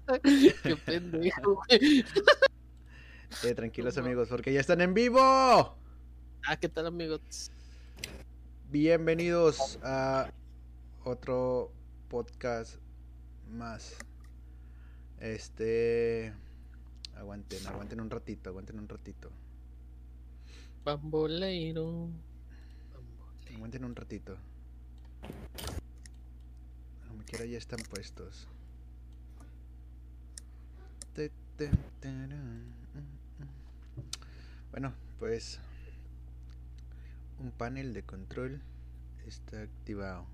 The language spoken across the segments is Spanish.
Qué pendejo, güey. Tranquilos amigos, porque ya están en vivo. ¿Qué tal, amigos? Bienvenidos a otro podcast más. Aguanten un ratito. Bamboleiro. Aguanten un ratito. Como quiera ya están puestos. Bueno, pues un panel de control está activado.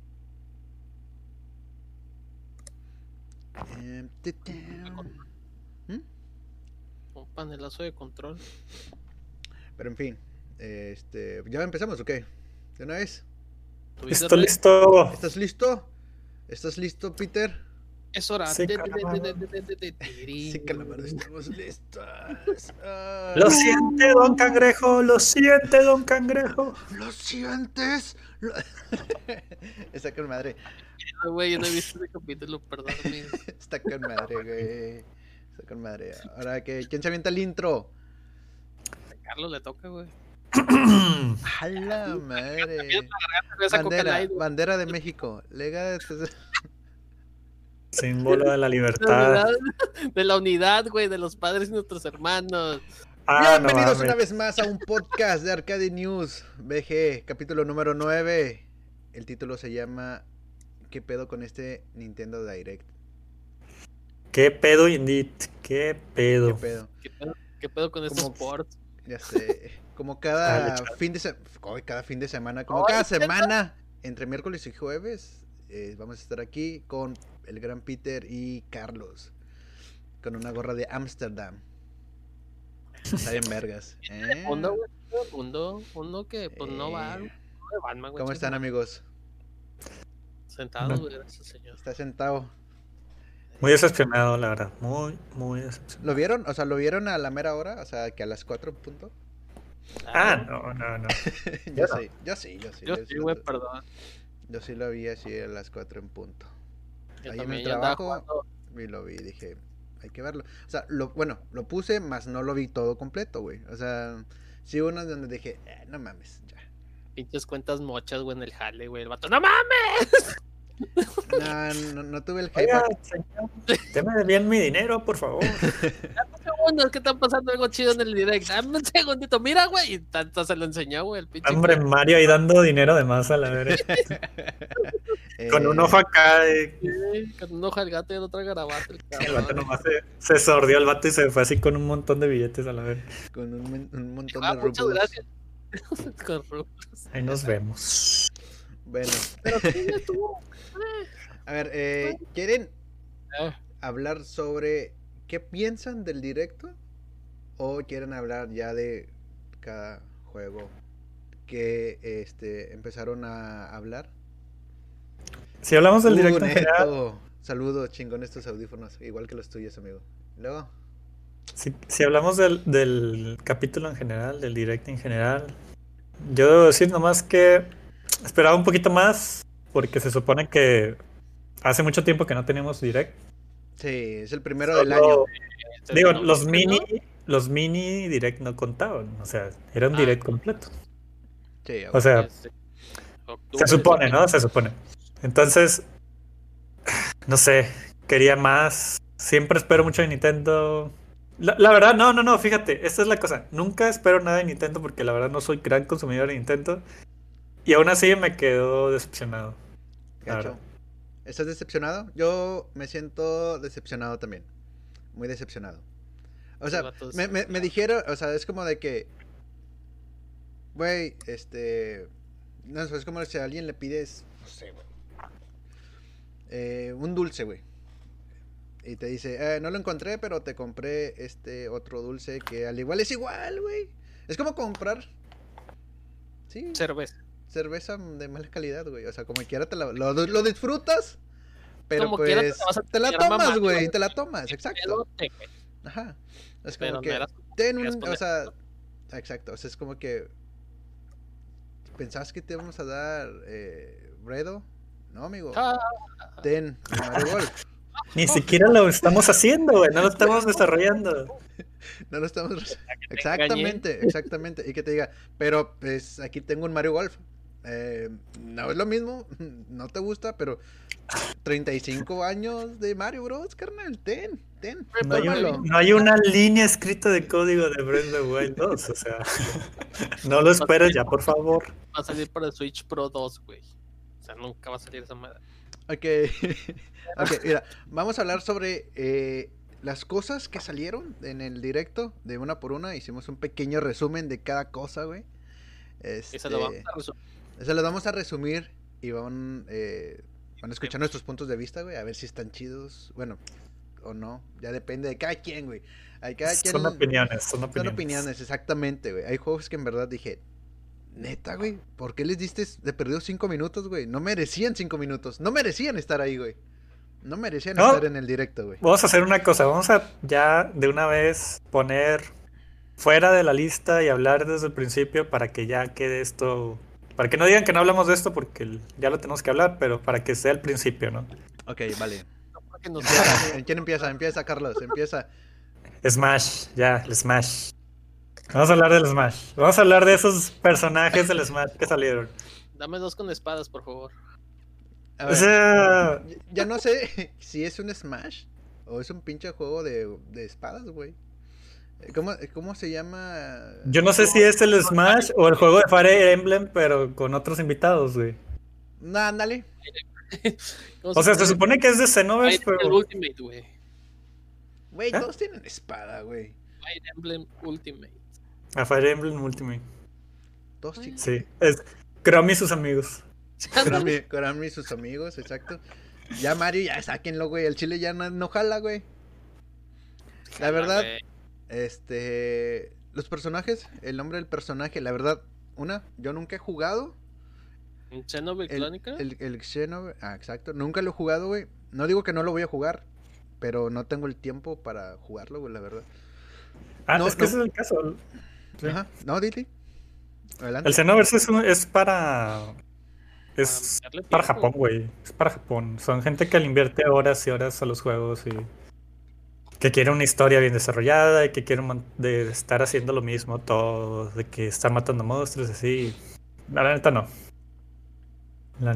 Un panelazo de control. Pero en fin, ¿ya empezamos o qué? ¿De una vez? Listo, listo. ¿Estás listo? ¿Estás listo, Peter? Es hora. Sí, Sí, Calamardo, estamos listos. Lo siente, don Cangrejo. Lo siente, don Cangrejo. ¿Lo sientes? Está con madre. Güey, yo no he visto ese capítulo, perdón, amigo. Está con madre, güey. Está con madre. Ahora, ¿quién se avienta el intro? A Carlos le toca, güey. A la madre. Esa Coca Light, güey. Bandera de México. Símbolo de la libertad. De la unidad, güey, de los padres y nuestros hermanos. Bienvenidos no una vez más a un podcast de Arcade News BG, capítulo número 9. El título se llama ¿Qué pedo con este Nintendo Direct? ¿Qué pedo, Indeed? ¿Qué pedo? ¿Qué pedo con estos ports? Ya sé, como cada fin de semana, como cada semana, entre miércoles y jueves, vamos a estar aquí con el gran Peter y Carlos, con una gorra de Ámsterdam. Está bien vergas. Uno que pues no va. No de Batman, güey. ¿Cómo están, amigos? Sentado, güey, gracias, señor. Está sentado. Muy decepcionado, la verdad. Muy decepcionado. ¿Lo vieron? O sea, ¿lo vieron a la mera hora? O sea, que a las 4 en punto. No. Yo sí, güey, perdón. Yo sí lo vi así a las 4 en punto. Yo ahí en el también, yo andaba trabajo y lo vi, dije, hay que verlo. O sea, lo puse, más no lo vi todo completo, güey. O sea, sí hubo unas donde dije, no mames, ya. Pinches cuentas mochas, güey, en el jale, güey. El vato, ¡no mames! No tuve el hype. Oiga, señor, deme bien mi dinero, por favor. Dame un segundo, es que está pasando algo chido en el direct. Dame un segundito, mira, güey. Y tanto se lo enseñó, güey, el pinche. Hombre, Mario ahí dando dinero de más a la verga. Con un ojo acá. Con un ojo al gato y el otro al garabato. El vato nomás se sordió el vato y se fue así con un montón de billetes a la verga. Con un montón de rublos. Muchas gracias. Con rublos. Ahí nos vemos. Bueno. Pero sí, estuvo. A ver, ¿quieren hablar sobre qué piensan del directo? ¿O quieren hablar ya de cada juego que empezaron a hablar? Si hablamos del directo en general. Saludos, chingón, estos audífonos, igual que los tuyos, amigo. Luego. Si hablamos del capítulo en general, del directo en general, yo debo decir nomás que esperaba un poquito más, porque se supone que hace mucho tiempo que no tenemos direct. Sí, es el primero del año. Digo, los mini direct no contaban, o sea, era un direct completo. Sí, o sea, se supone, ¿no? Se supone. Entonces, no sé, quería más. Siempre espero mucho de Nintendo. La verdad, no, fíjate, esta es la cosa. Nunca espero nada de Nintendo porque la verdad no soy gran consumidor de Nintendo. Y aún así me quedo decepcionado. ¿Estás decepcionado? Yo me siento decepcionado también. Muy decepcionado. O sea, me dijeron, o sea, es como de que, güey, no, es como si a alguien le pides, no sé, güey, un dulce, güey. Y te dice, no lo encontré, pero te compré otro dulce que al igual es igual, güey. Es como comprar, sí, cerveza de mala calidad, güey. O sea, como quiera lo disfrutas, pero como pues te la tomas, güey. Te la tomas, exacto. Ajá. Es como que o sea, exacto. O sea, es como que ¿pensabas que te vamos a dar Bredo? No, amigo. Ten Mario Golf. Ni siquiera lo estamos haciendo, güey. No lo estamos desarrollando. No lo estamos... Exactamente. Y que te diga, pero pues aquí tengo un Mario Golf. No es lo mismo, no te gusta, pero 35 años de Mario Bros, carnal, ten. No hay una línea escrita de código de Breath of the Wild 2, o sea, no lo esperes ya, por favor. Va a salir para Switch Pro 2, güey. O sea, nunca va a salir esa madre. Ok, mira, vamos a hablar sobre las cosas que salieron en el directo, de una por una. Hicimos un pequeño resumen de cada cosa, güey. Eso lo vamos a resumir. Eso lo vamos a resumir y van a escuchar nuestros puntos de vista, güey, a ver si están chidos, bueno, o no, ya depende de cada quien, güey. Son opiniones. Son opiniones, exactamente, güey. Hay juegos que en verdad dije, neta, güey, ¿por qué les diste de perdido 5 minutos, güey? No merecían 5 minutos, no merecían estar ahí, güey. No merecían estar en el directo, güey. Vamos a hacer una cosa, vamos a ya de una vez poner fuera de la lista y hablar desde el principio para que ya quede esto... Para que no digan que no hablamos de esto porque ya lo tenemos que hablar, pero para que sea el principio, ¿no? Ok, vale. ¿Quién empieza? Empieza, Carlos, empieza. Smash, ya, el Smash. Vamos a hablar del Smash. Vamos a hablar de esos personajes del Smash que salieron. Dame 2 con espadas, por favor. A ver, o sea... Ya no sé si es un Smash o es un pinche juego de espadas, güey. ¿Cómo se llama? Yo no sé si es el Smash o el juego de Fire Emblem, pero con otros invitados, güey. Nah, ándale. O sea, se supone que es de Xenoverse, pero... El Ultimate, güey. Güey, todos tienen espada, güey. Fire Emblem Ultimate. Fire Emblem Ultimate. Todos tienen. Sí, es Chrome y sus amigos. Chrome y sus amigos, exacto. Ya Mario, ya sáquenlo, güey. El chile ya no jala, güey. La verdad... los personajes, el nombre del personaje, la verdad, yo nunca he jugado. ¿Xenoblade Chronicles? El Xenoblade, exacto, nunca lo he jugado, güey. No digo que no lo voy a jugar, pero no tengo el tiempo para jugarlo, güey, la verdad. Es que ese es el caso. Sí. Ajá, no, Dili. Adelante. El Xenoverse es para... Es para Japón, güey. Es para Japón. Son gente que le invierte horas y horas a los juegos y... Que quiere una historia bien desarrollada y que quiere de estar haciendo lo mismo todo, de que estar matando monstruos así. La neta no. No,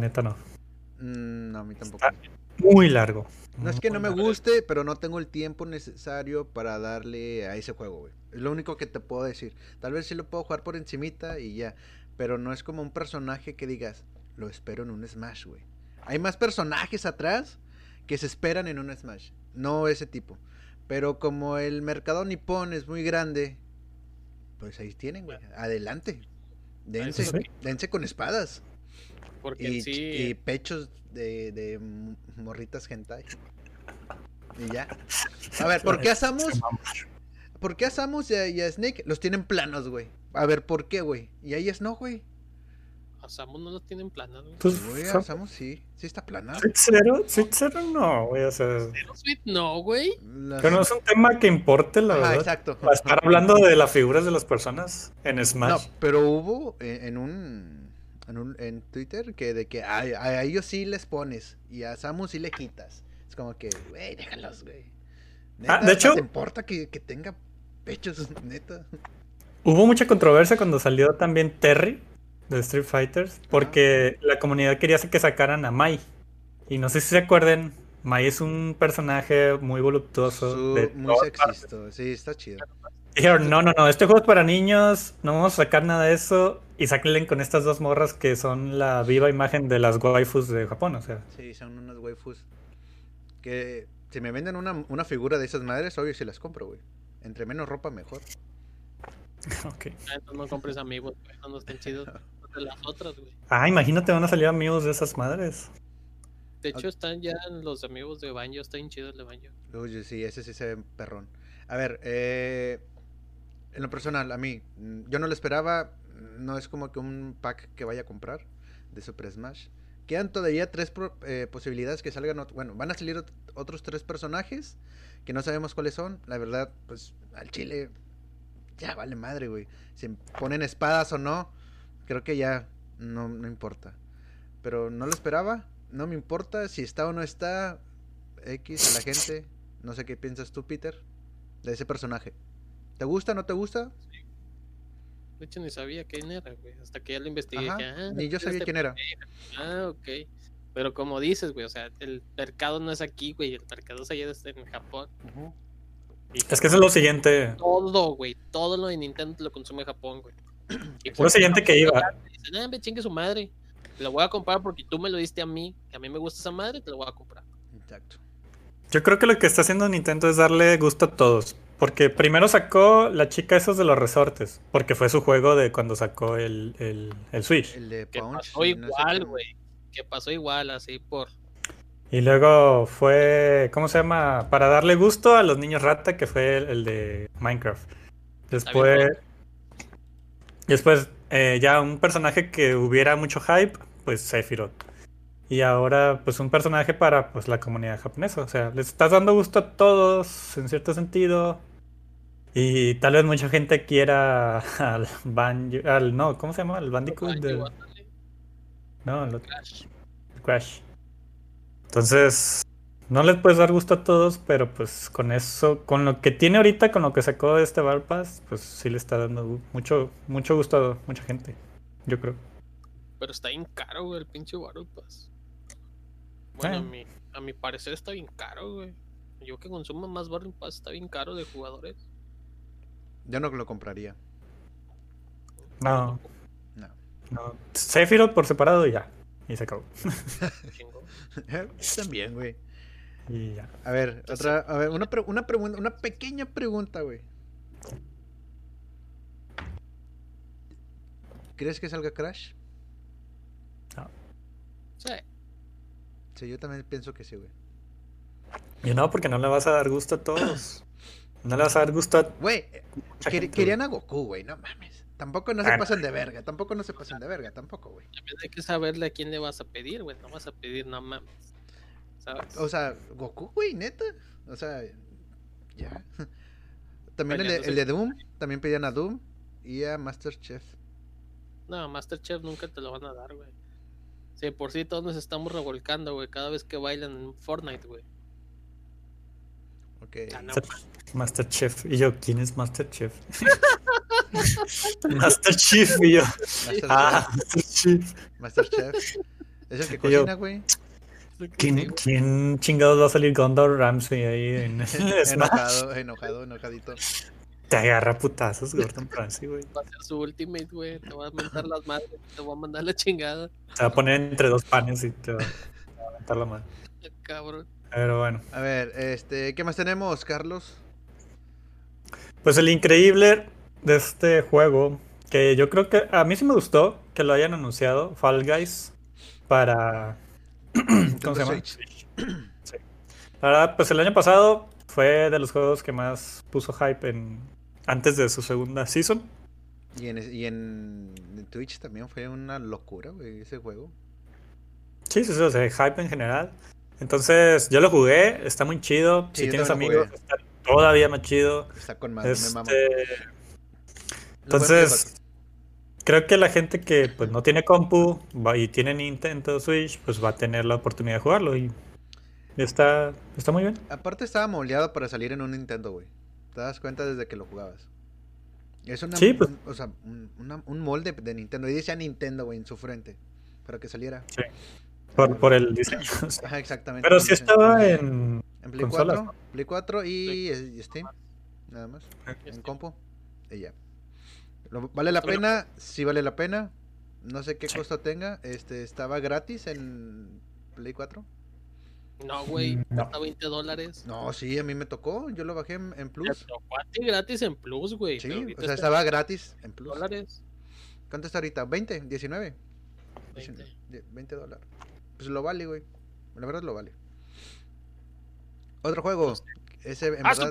a mí tampoco. Está muy largo. No es que no me guste, pero no tengo el tiempo necesario para darle a ese juego, güey. Es lo único que te puedo decir. Tal vez sí lo puedo jugar por encimita y ya. Pero no es como un personaje que digas, lo espero en un Smash, güey. Hay más personajes atrás que se esperan en un Smash. No ese tipo. Pero como el mercado nipón es muy grande, pues ahí tienen, güey. Adelante. Dense con espadas. Porque y pechos de morritas hentai. Y ya. A ver, ¿por qué a Samus y a Snake los tienen planos, güey? A ver, ¿por qué, güey? Y a ellas no, güey. A Samus no los tienen planas, güey. Pues, güey, a Samus sí está plana. Sweet Zero no, güey, o sea... Sweet no, güey. Pero no es un tema que importe, la verdad. Exacto. Para estar hablando de las figuras de las personas en Smash. No, pero hubo en Twitter que a ellos sí les pones y a Samus sí le quitas. Es como que, güey, déjalos, güey. Neta, de hecho... ¿te importa que tenga pechos, neta? Hubo mucha controversia cuando salió también Terry de Street Fighter, porque la comunidad quería que sacaran a Mai. Y no sé si se acuerden, Mai es un personaje muy voluptuoso. Muy sexista, sí, está chido. Dijeron, no, este juego es para niños, no vamos a sacar nada de eso. Y sáquenle con estas dos morras que son la viva imagen de las waifus de Japón, o sea. Sí, son unas waifus que si me venden una figura de esas madres, obvio si las compro, güey. Entre menos ropa, mejor. Ok. Entonces no compres amigos, güey, no están chidos de las otras, güey. Imagínate, van a salir amigos de esas madres. De hecho, están ya los amigos de Banjo, está bien chido el de Banjo. Uy, sí, ese sí se ve perrón. A ver, en lo personal, a mí, yo no lo esperaba, no es como que un pack que vaya a comprar de Super Smash. Quedan todavía 3 posibilidades que salgan, bueno, van a salir otros 3 personajes que no sabemos cuáles son. La verdad, pues, al chile, ya vale madre, güey. Si ponen espadas o no, creo que ya no importa. Pero no lo esperaba, no me importa si está o no está. X a la gente. No sé qué piensas tú, Peter, de ese personaje. ¿Te gusta, no te gusta? Sí. De hecho, ni sabía quién era, güey. Hasta que ya lo investigué. Ajá, Que, ni yo sabía quién era. Ok. Pero como dices, güey, o sea, el mercado no es aquí, güey. El mercado es allá en Japón. Es que eso es lo siguiente. Todo, güey. Todo lo de Nintendo lo consume Japón, güey. Y lo siguiente que iba. Dicen, me chingue su madre. Te lo voy a comprar porque tú me lo diste a mí. Que a mí me gusta esa madre, te lo voy a comprar. Exacto. Yo creo que lo que está haciendo Nintendo es darle gusto a todos. Porque primero sacó la chica esos de los resortes. Porque fue su juego de cuando sacó el Switch. El de Que Punch. pasó igual, güey. Que pasó igual, así por... Y luego fue, ¿cómo se llama? Para darle gusto a los niños rata, que fue el de Minecraft. Después ya un personaje que hubiera mucho hype, pues Sephiroth. Y ahora pues un personaje para pues la comunidad japonesa. O sea, les estás dando gusto a todos en cierto sentido. Y tal vez mucha gente quiera al no, ¿cómo se llama? El Bandicoot no, Crash. Entonces, no les puedes dar gusto a todos, pero pues con eso, con lo que tiene ahorita, con lo que sacó de este Battle Pass, pues sí le está dando mucho gusto a mucha gente, yo creo. Pero está bien caro, güey, el pinche Battle Pass. Bueno, a mi parecer está bien caro, güey. Yo que consumo más Battle Pass está bien caro de jugadores. Yo no lo compraría. No. Sephiroth por separado y ya. Y se acabó. También, güey. Y ya. A ver, una pequeña pregunta, güey. ¿Crees que salga Crash? No. Sí. Sí, yo también pienso que sí, güey. Y no, porque no le vas a dar gusto a todos. No le vas a dar gusto a... Güey, querían a Goku, güey, no mames. Tampoco no se pasen de verga, tampoco, güey. También hay que saberle a quién le vas a pedir, güey. No vas a pedir, no mames. ¿Sabes? O sea, Goku, güey, neta. O sea, ya. También el de Doom, también pedían a Doom y a Masterchef. No, Masterchef nunca te lo van a dar, güey. Sí, por sí todos nos estamos revolcando, güey, cada vez que bailan en Fortnite, güey. Ok. No. Masterchef. Y yo, ¿quién es Masterchef? Masterchef. Y yo, Masterchef. Es el que cocina, güey. ¿Quién chingados va a salir Gondor Ramsay ahí en enojadito? Te agarra putazos Gordon Ramsay, güey. Va a ser su ultimate, güey. Te va a mentar las madres, te va a mandar la chingada. Te va a poner entre dos panes y te va a mentar la madre. Cabrón. Pero bueno. A ver, ¿qué más tenemos, Carlos? Pues el increíble de este juego, que yo creo que a mí sí me gustó que lo hayan anunciado, Fall Guys, para... ¿Cómo se llama? Sí. La verdad, pues el año pasado fue de los juegos que más puso hype antes de su segunda season. Y en Twitch también fue una locura, güey, ese juego. Sí, o sea, hype en general. Entonces, yo lo jugué, está muy chido. Sí, si tienes amigos, está todavía más chido. Está con madre, me mamo. Entonces, creo que la gente que pues no tiene compu y tiene Nintendo Switch, pues va a tener la oportunidad de jugarlo y está muy bien. Aparte estaba moldeado para salir en un Nintendo, güey. Te das cuenta desde que lo jugabas. Es sí, pues, un molde de Nintendo. Y decía Nintendo, güey, en su frente. Para que saliera. Sí. Por el diseño. Ajá, exactamente. Pero sí estaba en Play consolas, 4, ¿no? Play 4 y Steam. Nada más. En compu. Y ya. ¿Vale la pena? Sí vale la pena. No sé qué costo tenga. Estaba gratis en Play 4. No, güey, cuesta $20. No, sí, a mí me tocó. Yo lo bajé en Plus. Gratis en Plus, güey. Sí, o sea, estaba gratis en Plus. $20. ¿Cuánto está ahorita? ¿20? ¿19? $20. Pues lo vale, güey. La verdad lo vale. Otro juego. Ese,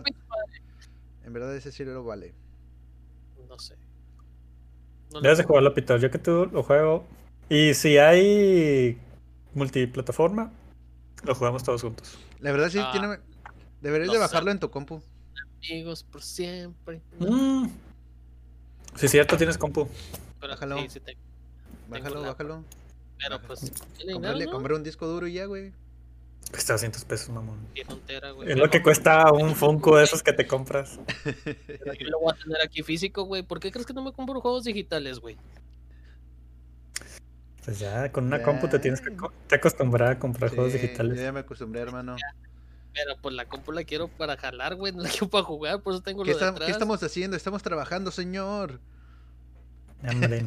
en verdad ese sí lo vale. No sé. Debes de jugarlo, Peter. Yo que tú lo juego. Y si hay multiplataforma, lo jugamos todos juntos. La verdad sí tiene... Deberías de bajarlo en tu compu. Amigos por siempre. Sí, es cierto, tienes compu. Pero bájalo. Sí, bájalo. Pero pues... Compré un disco duro y ya, güey. Cuesta 200 pesos, mamón. Tiene un tera, güey. Es lo que cuesta un Funko de esos que te compras. Pero yo lo voy a tener aquí físico, güey. ¿Por qué crees que no me compro juegos digitales, güey? Pues ya, con una compu te tienes que acostumbrar a comprar juegos digitales. Yo ya me acostumbré, hermano. Pero pues la compu la quiero para jalar, güey. No la quiero para jugar, por eso tengo lo de atrás. ¿Qué estamos haciendo? Estamos trabajando, señor. Hambre.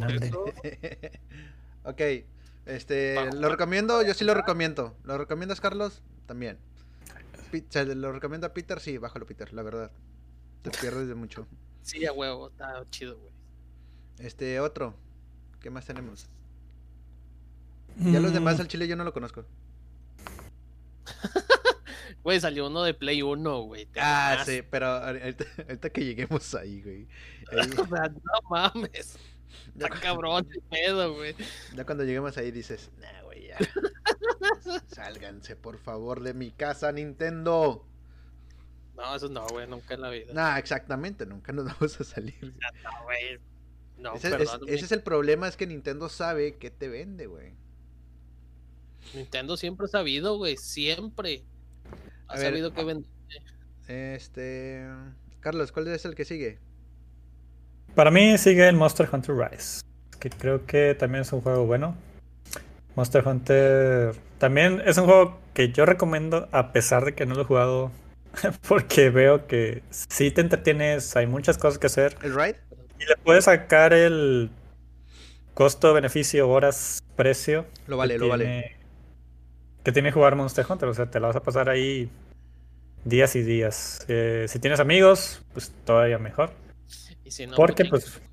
Ok, lo recomiendo, yo sí lo recomiendo. ¿Lo recomiendas, Carlos? También. ¿Lo recomienda a Peter? Sí, bájalo, Peter, la verdad. Te pierdes de mucho. Sí, a huevo, está chido, güey. Otro. ¿Qué más tenemos? Ya los demás al chile yo no lo conozco. Güey, salió uno de Play 1, güey. Sí, pero ahorita que lleguemos ahí, güey. O sea, no mames. Está cabrón el pedo, güey. Ya cuando lleguemos ahí dices, nah, güey, ya. Sálganse, por favor, de mi casa, Nintendo. No, eso no, güey, nunca en la vida. Nah, exactamente, nunca nos vamos a salir. No, güey. No, ese es el problema, es que Nintendo sabe que te vende, güey. Nintendo siempre ha sabido, güey, siempre. Ha sabido que vende. Carlos, ¿cuál es el que sigue? Para mí sigue el Monster Hunter Rise, que creo que también es un juego bueno. Monster Hunter también es un juego que yo recomiendo a pesar de que no lo he jugado, porque veo que sí te entretienes, hay muchas cosas que hacer. ¿El Ride? Y le puedes sacar el costo-beneficio, horas, precio. Lo vale. Que tiene jugar Monster Hunter, o sea, te la vas a pasar ahí días y días. Si tienes amigos, pues todavía mejor. Y si no, porque pues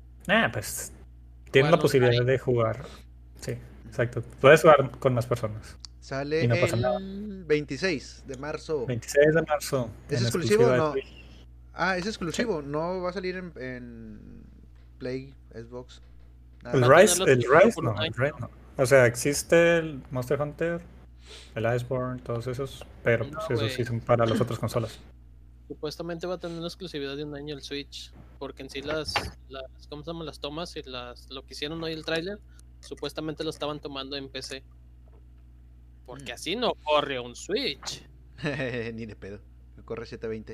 tienes la posibilidad de jugar. Sí, exacto. Puedes jugar con más personas. Sale no el 26 de marzo. 26 de marzo. ¿Es exclusivo o no? Es exclusivo. Sí. No va a salir en Play, Xbox. El Rise no. O sea, existe el Monster Hunter, el Iceborne, todos esos, pero pues esos sí son para las otras consolas. Supuestamente va a tener una exclusividad de un año el Switch, porque en sí ¿cómo se llaman? Las tomas y lo que hicieron hoy el tráiler, supuestamente lo estaban tomando en PC. Porque así no corre un Switch. Ni de pedo. Corre 720.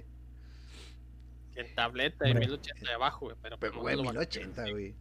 En tableta, en 1080 de abajo, güey. Pero güey, 1080, güey.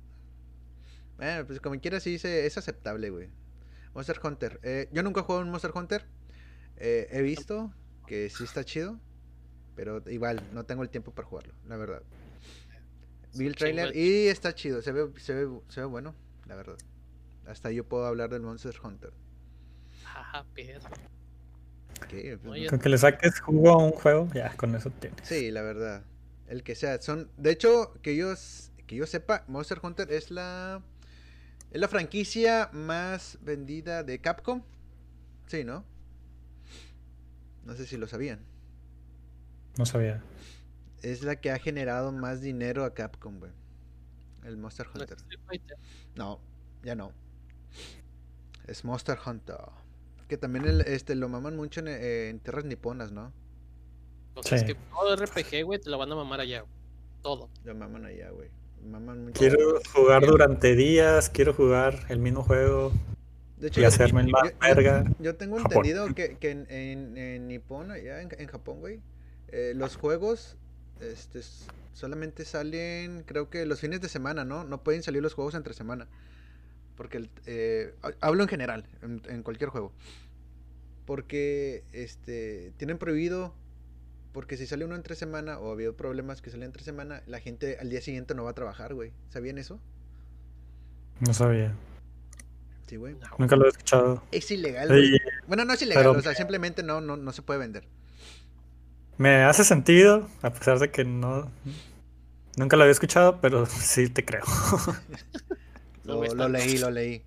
Bueno, pues como quiera sí es aceptable, güey. Monster Hunter. Yo nunca he jugado un Monster Hunter. He visto que sí está chido. Pero igual, no tengo el tiempo para jugarlo, la verdad. Vi el trailer y está chido. Se ve bueno, la verdad. Hasta yo puedo hablar del Monster Hunter. Pero... ¿Qué? Con que le saques jugo a un juego, ya con eso tienes. Sí, la verdad. El que sea. De hecho, que yo sepa, Monster Hunter es la franquicia más vendida de Capcom. Sí, ¿no? No sé si lo sabían. No sabía. Es la que ha generado más dinero a Capcom, güey. El Monster Hunter. No, ya no. Es Monster Hunter. Que también lo maman mucho en tierras niponas, ¿no? O sea, es que todo RPG, güey, te lo van a mamar allá. Todo. Lo maman allá, güey. Maman mucho. Quiero jugar durante días, quiero jugar el mismo juego. De hecho, y hacerme el más verga. Yo tengo entendido que en Nippon, allá en Japón, güey, los juegos solamente salen, creo que los fines de semana, ¿no? No pueden salir los juegos entre semana. Porque hablo en general, en cualquier juego. Porque tienen prohibido, porque si sale uno entre semana, o ha habido problemas que salen entre semana, la gente al día siguiente no va a trabajar, güey. ¿Sabían eso? No sabía. Sí, güey. Nunca lo he escuchado. Es ilegal, güey. Bueno, no es ilegal, pero... o sea, simplemente no se puede vender. Me hace sentido, a pesar de que nunca lo había escuchado, pero sí te creo. Lo leí.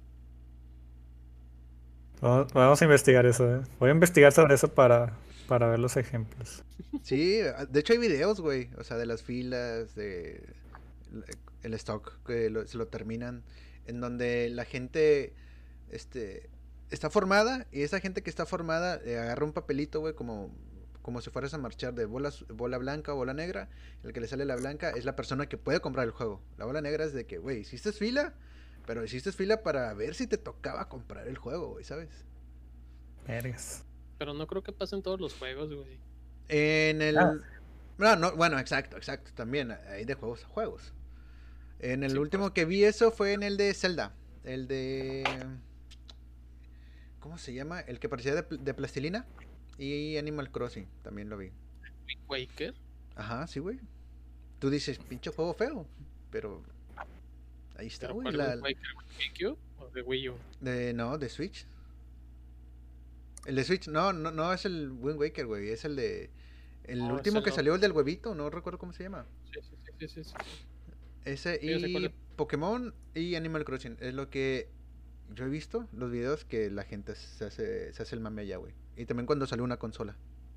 Vamos a investigar eso, ¿eh? Voy a investigar sobre eso para ver los ejemplos. Sí, de hecho hay videos, güey. O sea, de las filas, de el stock que se lo terminan, en donde la gente está formada, y esa gente que está formada agarra un papelito, güey, como si fueras a marchar de bola blanca o bola negra. El que le sale la blanca es la persona que puede comprar el juego. La bola negra es de que, güey, hiciste fila, pero hiciste fila para ver si te tocaba comprar el juego, güey, ¿sabes? Vergas. Pero no creo que pasen todos los juegos, güey. En el... No, bueno, exacto, también hay de juegos a juegos. En el último que vi eso fue en el de Zelda. El de... ¿Cómo se llama? El que parecía de plastilina. Y Animal Crossing, también lo vi. ¿Wind Waker? Ajá, sí, güey. Tú dices, pinche juego feo. Pero... ahí está, güey. ¿Wind Waker de GameCube o de Wii U? No, de Switch. El de Switch, no es el Wind Waker, güey. Es el de... El último que salió, el del huevito, no recuerdo cómo se llama. Sí. Ese y Pokémon y Animal Crossing. Es lo que yo he visto, los videos que la gente se hace el mame allá, güey. Y también cuando salió una consola.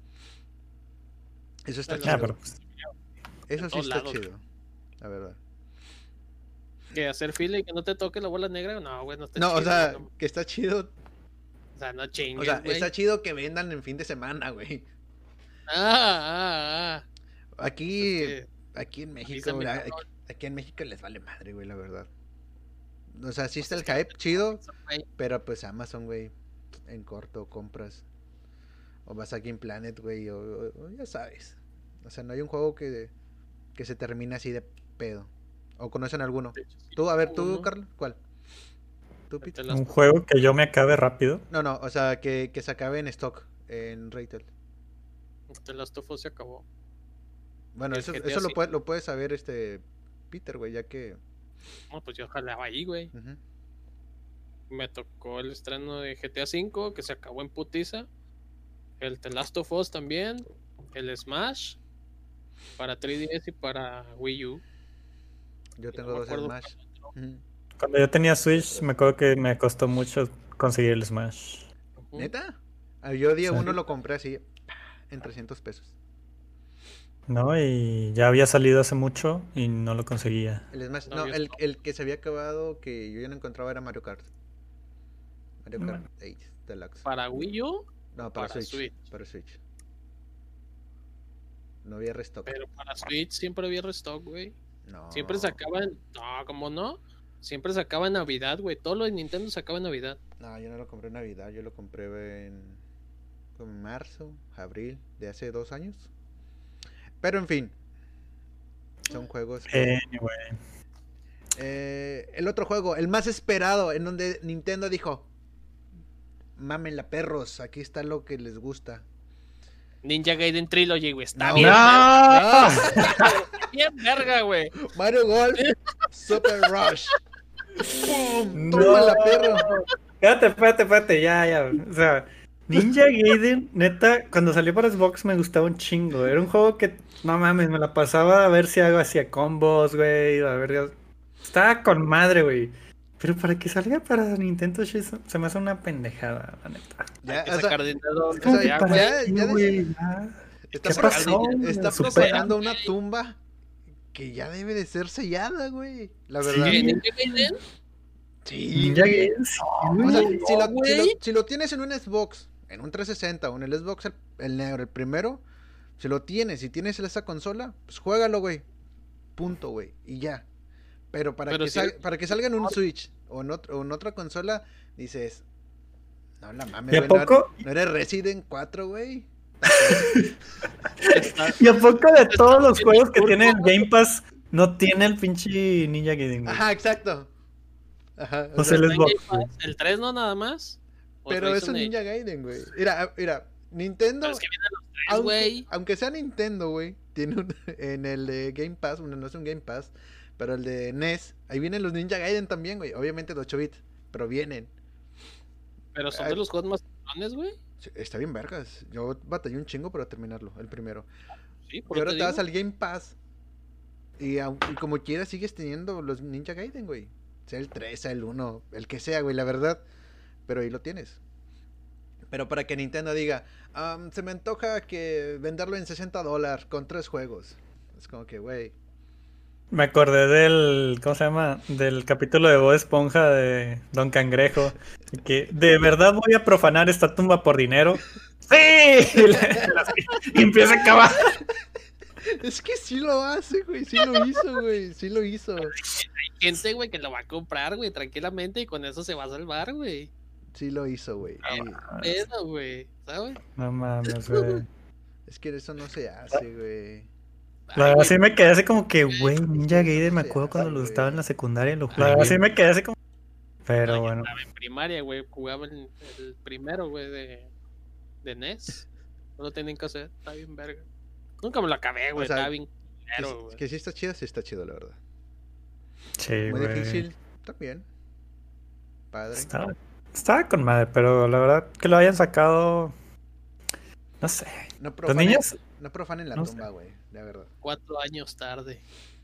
Eso está chido. Pero... eso sí está chido, la verdad. ¿Que hacer fila y que no te toque la bola negra? No, güey, no está chido. No, o sea, no. Que está chido. O sea, no chingues, o sea, güey. Está chido que vendan en fin de semana, güey. Aquí en México, güey, aquí en México les vale madre, güey, la verdad. O sea, sí está el hype chido, pero pues Amazon, güey, en corto compras. O vas a Game Planet, güey, o ya sabes. O sea, no hay un juego que se termine así de pedo. ¿O conocen alguno? Tú, a ver, tú, Carl, ¿cuál? ¿Tú, Pete? ¿Un juego que yo me acabe rápido? No, o sea, que se acabe en stock, en retail. The Last of Us se acabó. Bueno, eso lo puedes saber, Peter, güey, ya que... No, pues yo jalaba ahí, güey. Me tocó el estreno de GTA V, que se acabó en putiza. El The Last of Us también. El Smash. Para 3DS y para Wii U. Yo tengo dos Smash. Cuando yo tenía Switch, me acuerdo que me costó mucho conseguir el Smash. ¿Neta? Yo día uno lo compré así, en 300 pesos. No, y ya había salido hace mucho y no lo conseguía. El Smash, el que se había acabado, que yo ya no encontraba, era Mario Kart. Mario Kart 8 Deluxe. ¿Para Wii U? No, para Switch. Para Switch. No había restock. Pero para Switch siempre había restock, güey. No. Siempre sacaban... No, ¿cómo no? Siempre sacaba en Navidad, güey. Todo lo de Nintendo sacaba en Navidad. No, yo no lo compré en Navidad. Yo lo compré en marzo, abril, de hace 2 años. Pero en fin. Son juegos... el otro juego, el más esperado, en donde Nintendo dijo... Mámenla, perros. Aquí está lo que les gusta. Ninja Gaiden Trilogy, güey. Está bien verga, güey. Mario Golf Super Rush. ¡Pum! ¡Tómala, perro! Espérate, ya. O sea, Ninja Gaiden, neta, cuando salió para Xbox me gustaba un chingo. Era un juego que, no mames, me la pasaba a ver si hacía combos, güey. A ver, estaba con madre, güey. Pero para que salga para Nintendo se me hace una pendejada, la neta. Está preparando una tumba que ya debe de ser sellada, güey. La verdad. ¿Sí? ¿Ninja Gaiden? Sí. Ninja Gaiden. O sea, si lo tienes en un Xbox, en un 360 o en el Xbox, el negro, el primero, si lo tienes y tienes esa consola, pues juégalo, güey. Punto, güey. Y ya. Pero para que salga en un Switch o en otra consola, dices, no la mames, güey, no eres Resident 4, güey. ¿Y a poco de todos los juegos que tiene el Game Pass no tiene el pinche Ninja Gaiden, güey? Ajá, exacto. Ajá, o sea, el Xbox, el 3 no nada más. Pero es un Ninja Gaiden, güey. Mira, Nintendo, es que vienen los 3, aunque sea Nintendo, güey, tiene en el de Game Pass, no es un Game Pass, pero el de NES, ahí vienen los Ninja Gaiden también, güey. Obviamente de 8 bits, pero vienen. Pero son de los juegos más grandes, güey. Está bien vergas. Yo batallé un chingo para terminarlo, el primero. Sí, y ahora te vas al Game Pass y como quieras sigues teniendo los Ninja Gaiden, güey. Sea el 3, sea el 1, el que sea, güey, la verdad. Pero ahí lo tienes. Pero para que Nintendo diga, se me antoja que venderlo en $60 con 3 juegos. Es como que, güey. Me acordé del, ¿cómo se llama? Del capítulo de Bob Esponja de Don Cangrejo. Que de verdad voy a profanar esta tumba por dinero. ¡Sí! Y empieza a acabar. Es que sí lo hace, güey. Sí lo hizo, güey. Sí lo hizo. Hay gente, güey, que lo va a comprar, güey, tranquilamente. Y con eso se va a salvar, güey. Sí lo hizo, güey. Pero, güey, ¿sabes? No mames, güey. Es que eso no se hace, güey. La verdad sí me quedé así como que, güey, Ninja Es que eso Gaiden, no me se acuerdo cuando hace, lo güey. estaba en la secundaria. La verdad sí me quedé así como... Pero No, yo bueno. estaba en primaria, güey, jugaba el primero, güey, de NES. No lo tenían que hacer, está bien verga. Nunca me lo acabé, güey, O sea, estaba bien culero, güey. que sí está chido, la verdad. Sí, Muy güey. difícil, también. Padre. Estaba con madre, pero la verdad que lo hayan sacado... No sé. No Los niños... profanen la tumba, güey, la verdad. 4 años tarde.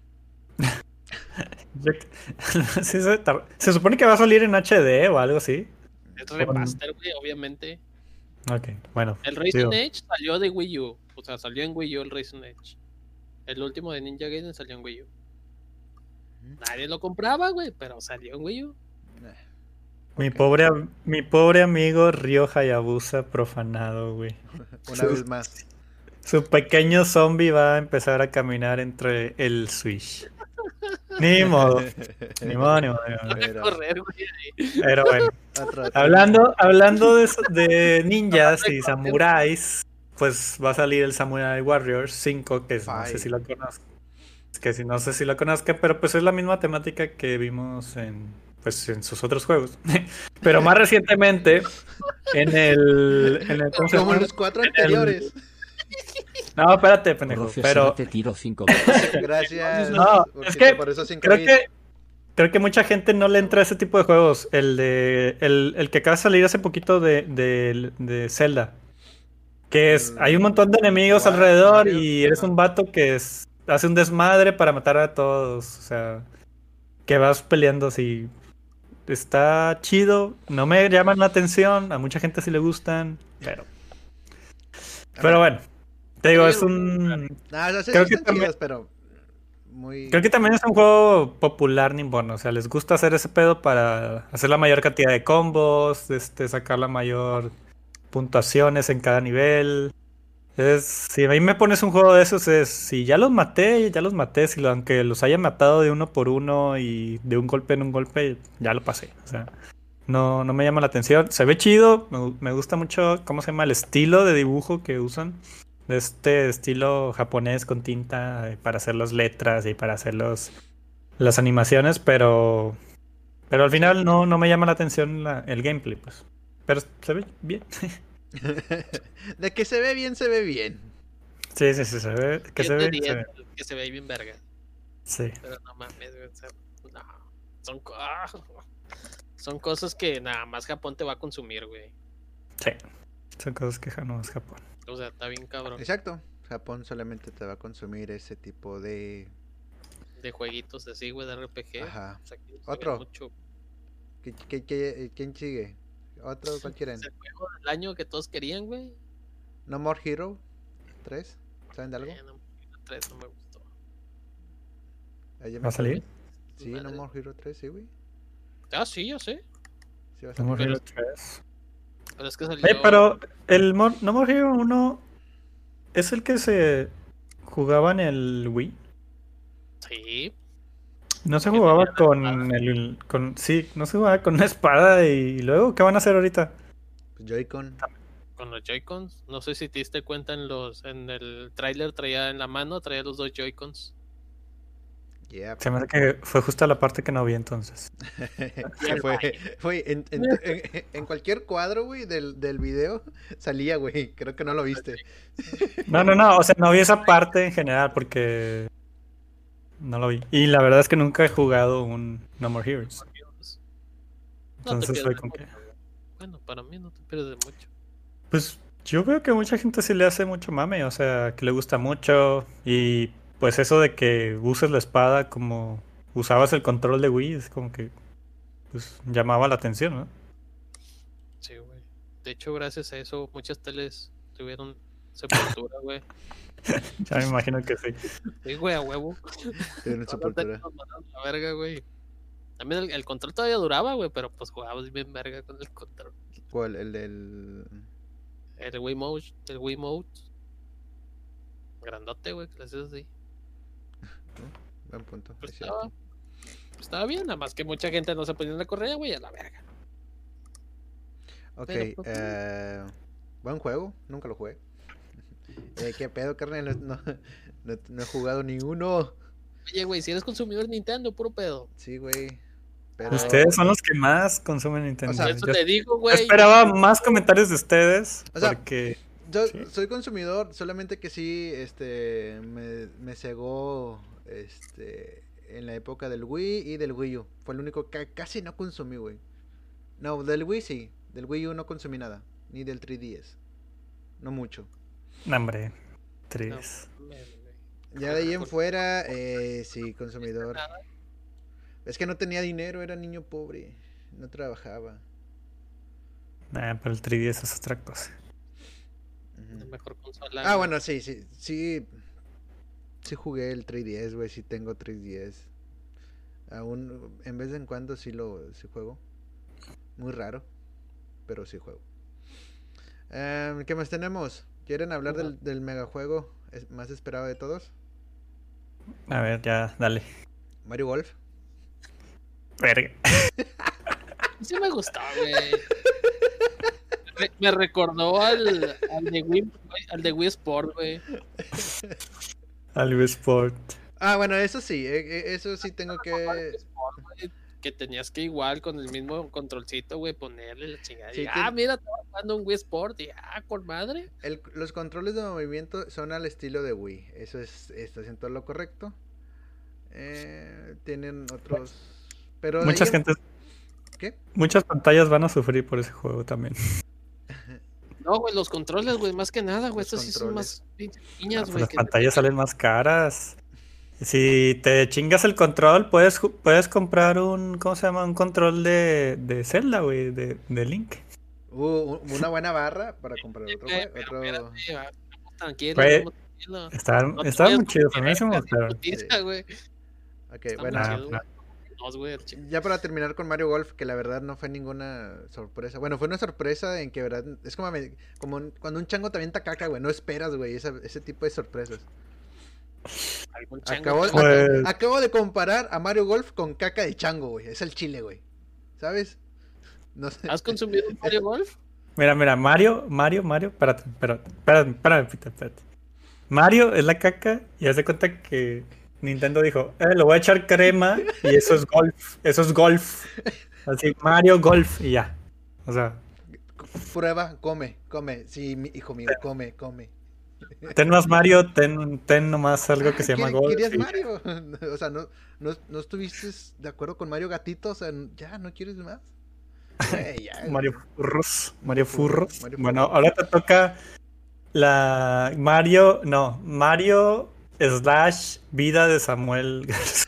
Se supone que va a salir en HD o algo así. Es remaster, güey, obviamente. Ok, bueno. El Racing Edge salió de Wii U. O sea, salió en Wii U el Racing Edge. El último de Ninja Gaiden salió en Wii U. Nadie lo compraba, güey, pero salió en Wii U. Mi pobre amigo Ryo Hayabusa profanado, güey. Una vez más. Su pequeño zombie va a empezar a caminar entre el Switch. Ni modo. Pero bueno. Hablando de ninjas y samuráis, pues va a salir el Samurai Warriors 5, que no sé si lo conozco. No sé si lo conozca, pero pues es la misma temática que vimos en sus otros juegos. Pero más recientemente, como en los 4 anteriores. No, espérate, pendejo. Pero te tiro 5 Gracias. No, es que por eso creo que mucha gente no le entra a ese tipo de juegos. El que acaba de salir hace poquito de Zelda. Que es, hay un montón de enemigos alrededor y eres un vato que hace un desmadre para matar a todos. O sea, que vas peleando así. Está chido. No me llaman la atención. A mucha gente sí le gustan. Pero bueno. Te digo, es un... creo que también... chidos, pero creo que también es un juego popular nimbón. O sea, les gusta hacer ese pedo para hacer la mayor cantidad de combos, sacar la mayor puntuaciones en cada nivel. Si a mí me pones un juego de esos, si ya los maté, si aunque los haya matado de uno por uno y de un golpe en un golpe, ya lo pasé. O sea, no me llama la atención. Se ve chido, me gusta mucho, ¿cómo se llama? El estilo de dibujo que usan. De este estilo japonés con tinta para hacer las letras y para hacer las animaciones, pero al final no me llama la atención el gameplay, pues. Pero se ve bien. De que se ve bien, se ve bien. Sí, se ve. Que se ve bien verga. Sí. Pero no mames, no. Son cosas que nada más Japón te va a consumir, güey. Sí. Son cosas que no es Japón. O sea, está bien cabrón. Exacto. Japón solamente te va a consumir ese tipo de jueguitos así, güey, de RPG. Ajá. O sea, otro. ¿Quién sigue? Otro, ¿cuál quieren? El juego del año que todos querían, güey. No More Hero 3. ¿Saben de algo? No, 3 no me gustó. ¿Va a salir? Sí, No More Hero 3, sí, güey. Ah, sí, yo sé. Sí, va a salir. No More Hero 3. Pero es que salió... pero el No More Hero 1 es el que se jugaba en el Wii. Sí. No se jugaba no se jugaba con una espada y luego, ¿qué van a hacer ahorita? Joy-Con. Con los Joy-Cons. No sé si te diste cuenta en el tráiler traía los 2 Joy-Cons. Yeah. Se me hace que fue justo la parte que no vi entonces. fue en cualquier cuadro, güey, del video salía, güey. Creo que no lo viste. No, o sea, no vi esa parte en general porque no lo vi. Y la verdad es que nunca he jugado un No More Heroes. Entonces fue con que... Bueno, para mí no te pierdes de mucho. Pues yo veo que mucha gente sí le hace mucho mame, o sea, que le gusta mucho. Y pues eso de que uses la espada como usabas el control de Wii, es como que pues llamaba la atención, ¿no? Sí, güey. De hecho, gracias a eso, muchas teles tuvieron sepultura, güey. Ya me imagino que sí. Sí, güey, a huevo. Tuvieron sepultura. La verga, güey. También el control todavía duraba, güey, pero pues jugabas bien verga con el control. ¿Cuál? El del... El Wiimote. El Wiimote. Grandote, güey, que le haces así. Buen punto. Pues estaba bien, nada más que mucha gente no se ponía en la correa, güey, a la verga. Ok, buen juego, nunca lo jugué. ¿Qué pedo, carnal? No he jugado ninguno. Oye, güey, si eres consumidor de Nintendo, puro pedo. Sí, güey. Pero... Ustedes son los que más consumen Nintendo. O sea, eso te digo, güey. Esperaba más comentarios de ustedes. O sea, porque... yo soy consumidor, solamente que sí, me cegó, en la época del Wii y del Wii U. Fue el único que casi no consumí, güey. No, del Wii sí, del Wii U no consumí nada, ni del 3DS. No mucho. No, hombre, 3. Ya de ahí en fuera, sí, consumidor. Es que no tenía dinero, era niño pobre, no trabajaba. Nah, pero el 3DS es otra cosa. La mejor consola. Ah, bueno, sí jugué el 3DS, güey, sí tengo 3DS. Aún, en vez de en cuando sí juego. Muy raro, pero sí juego. ¿Qué más tenemos? ¿Quieren hablar del megajuego más esperado de todos? A ver, ya, dale. Mario Golf. Verga. Sí me gustó, güey. Me recordó al de Wii Sport, güey. Al Wii Sport. Ah, bueno, eso sí tengo Que tenías que igual con el mismo controlcito, güey, ponerle la chingada. Sí, mira, estaba jugando un Wii Sport y con madre. Los controles de movimiento son al estilo de Wii. Eso está haciendo todo lo correcto. Tienen otros, pero muchas gentes. ¿Qué? Muchas pantallas van a sufrir por ese juego también. No, güey, los controles, güey, más que nada, güey, estos sí son más piñas, güey. Las pantallas salen más caras. Si te chingas el control, puedes comprar un, ¿cómo se llama? Un control de Zelda, güey, de Link. Una buena barra para comprar otro. Tranquilo, Estaban muy chidos, a mí se me gustaron. Ok, bueno. Ya para terminar con Mario Golf, que la verdad no fue ninguna sorpresa. Bueno, fue una sorpresa en que, verdad, es como cuando un chango te avienta caca, güey. No esperas, güey, ese tipo de sorpresas. Acabo de comparar a Mario Golf con caca de chango, güey. Es el chile, güey. ¿Sabes? No sé. ¿Has consumido Mario Golf? Mira, Mario, espérate. Mario es la caca y haz de cuenta que Nintendo dijo, le voy a echar crema y eso es golf. Así, Mario Golf y ya. O sea. Prueba, come. Sí, hijo mío, come. Ten más Mario, ten nomás algo que se llama golf. ¿Querías Mario? O sea, no estuviste de acuerdo con Mario Gatito, o sea, ya, ¿no quieres más? Ya, Mario Furros. Bueno, ahora te toca la Mario / vida de Samuel.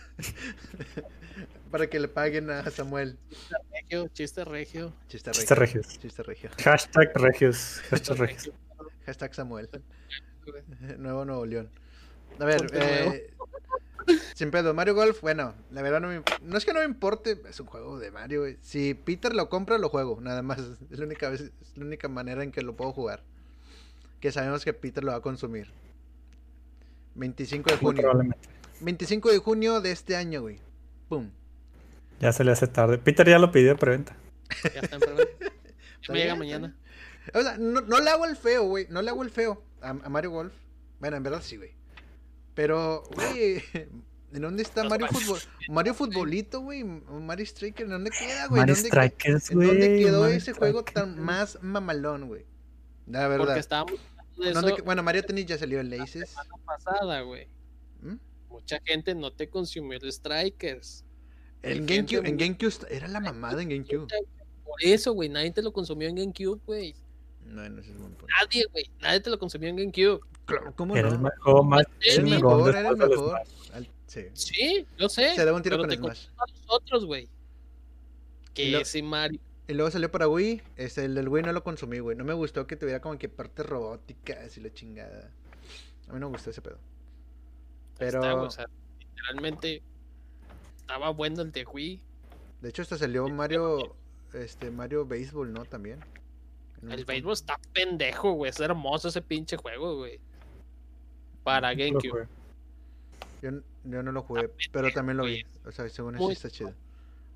Para que le paguen a Samuel. Chiste regio. Hashtag regios. Hashtag Samuel. Nuevo León. A ver, sin pedo, Mario Golf, bueno, la verdad no es que no me importe, es un juego de Mario, güey. Si Peter lo compra, lo juego, nada más. Es la única manera en que lo puedo jugar. Que sabemos que Peter lo va a consumir. 25 de junio. 25 de junio de este año, güey. Pum. Ya se le hace tarde. Peter ya lo pidió de preventa. Ya está en preventa. Ya me llega mañana. O sea, no le hago el feo, güey. No le hago el feo a Mario Golf. Bueno, en verdad sí, güey. Pero, güey, ¿en dónde está Mario Futbolito, güey? Mario Striker, ¿en dónde queda, güey? ¿En dónde quedó ese juego tan más mamalón, güey? La verdad. Porque estábamos de eso. Bueno, Mario Tennis ya salió en Laces. La semana pasada, güey. Mucha gente no te consumió el Strikers. En GameCube era la mamada en GameCube. Por eso, güey, nadie te lo consumió en GameCube, güey. No es buen punto. Nadie te lo consumió en GameCube. ¿Cómo era no? Era el mejor. Sí, yo sé. Se da un tiro pero con te Smash. A los otros, güey. Que ese Mario. Y luego salió para Wii. El del Wii no lo consumí, güey. No me gustó que tuviera como que partes robóticas y la chingada. A mí no me gustó ese pedo. Pero. O sea, literalmente. Estaba bueno el de Wii. De hecho, hasta salió Mario Baseball, ¿no? También. El béisbol está pendejo, güey. Es hermoso ese pinche juego, güey. Para GameCube. Yo no lo jugué, pero también lo vi. O sea, según eso está chido.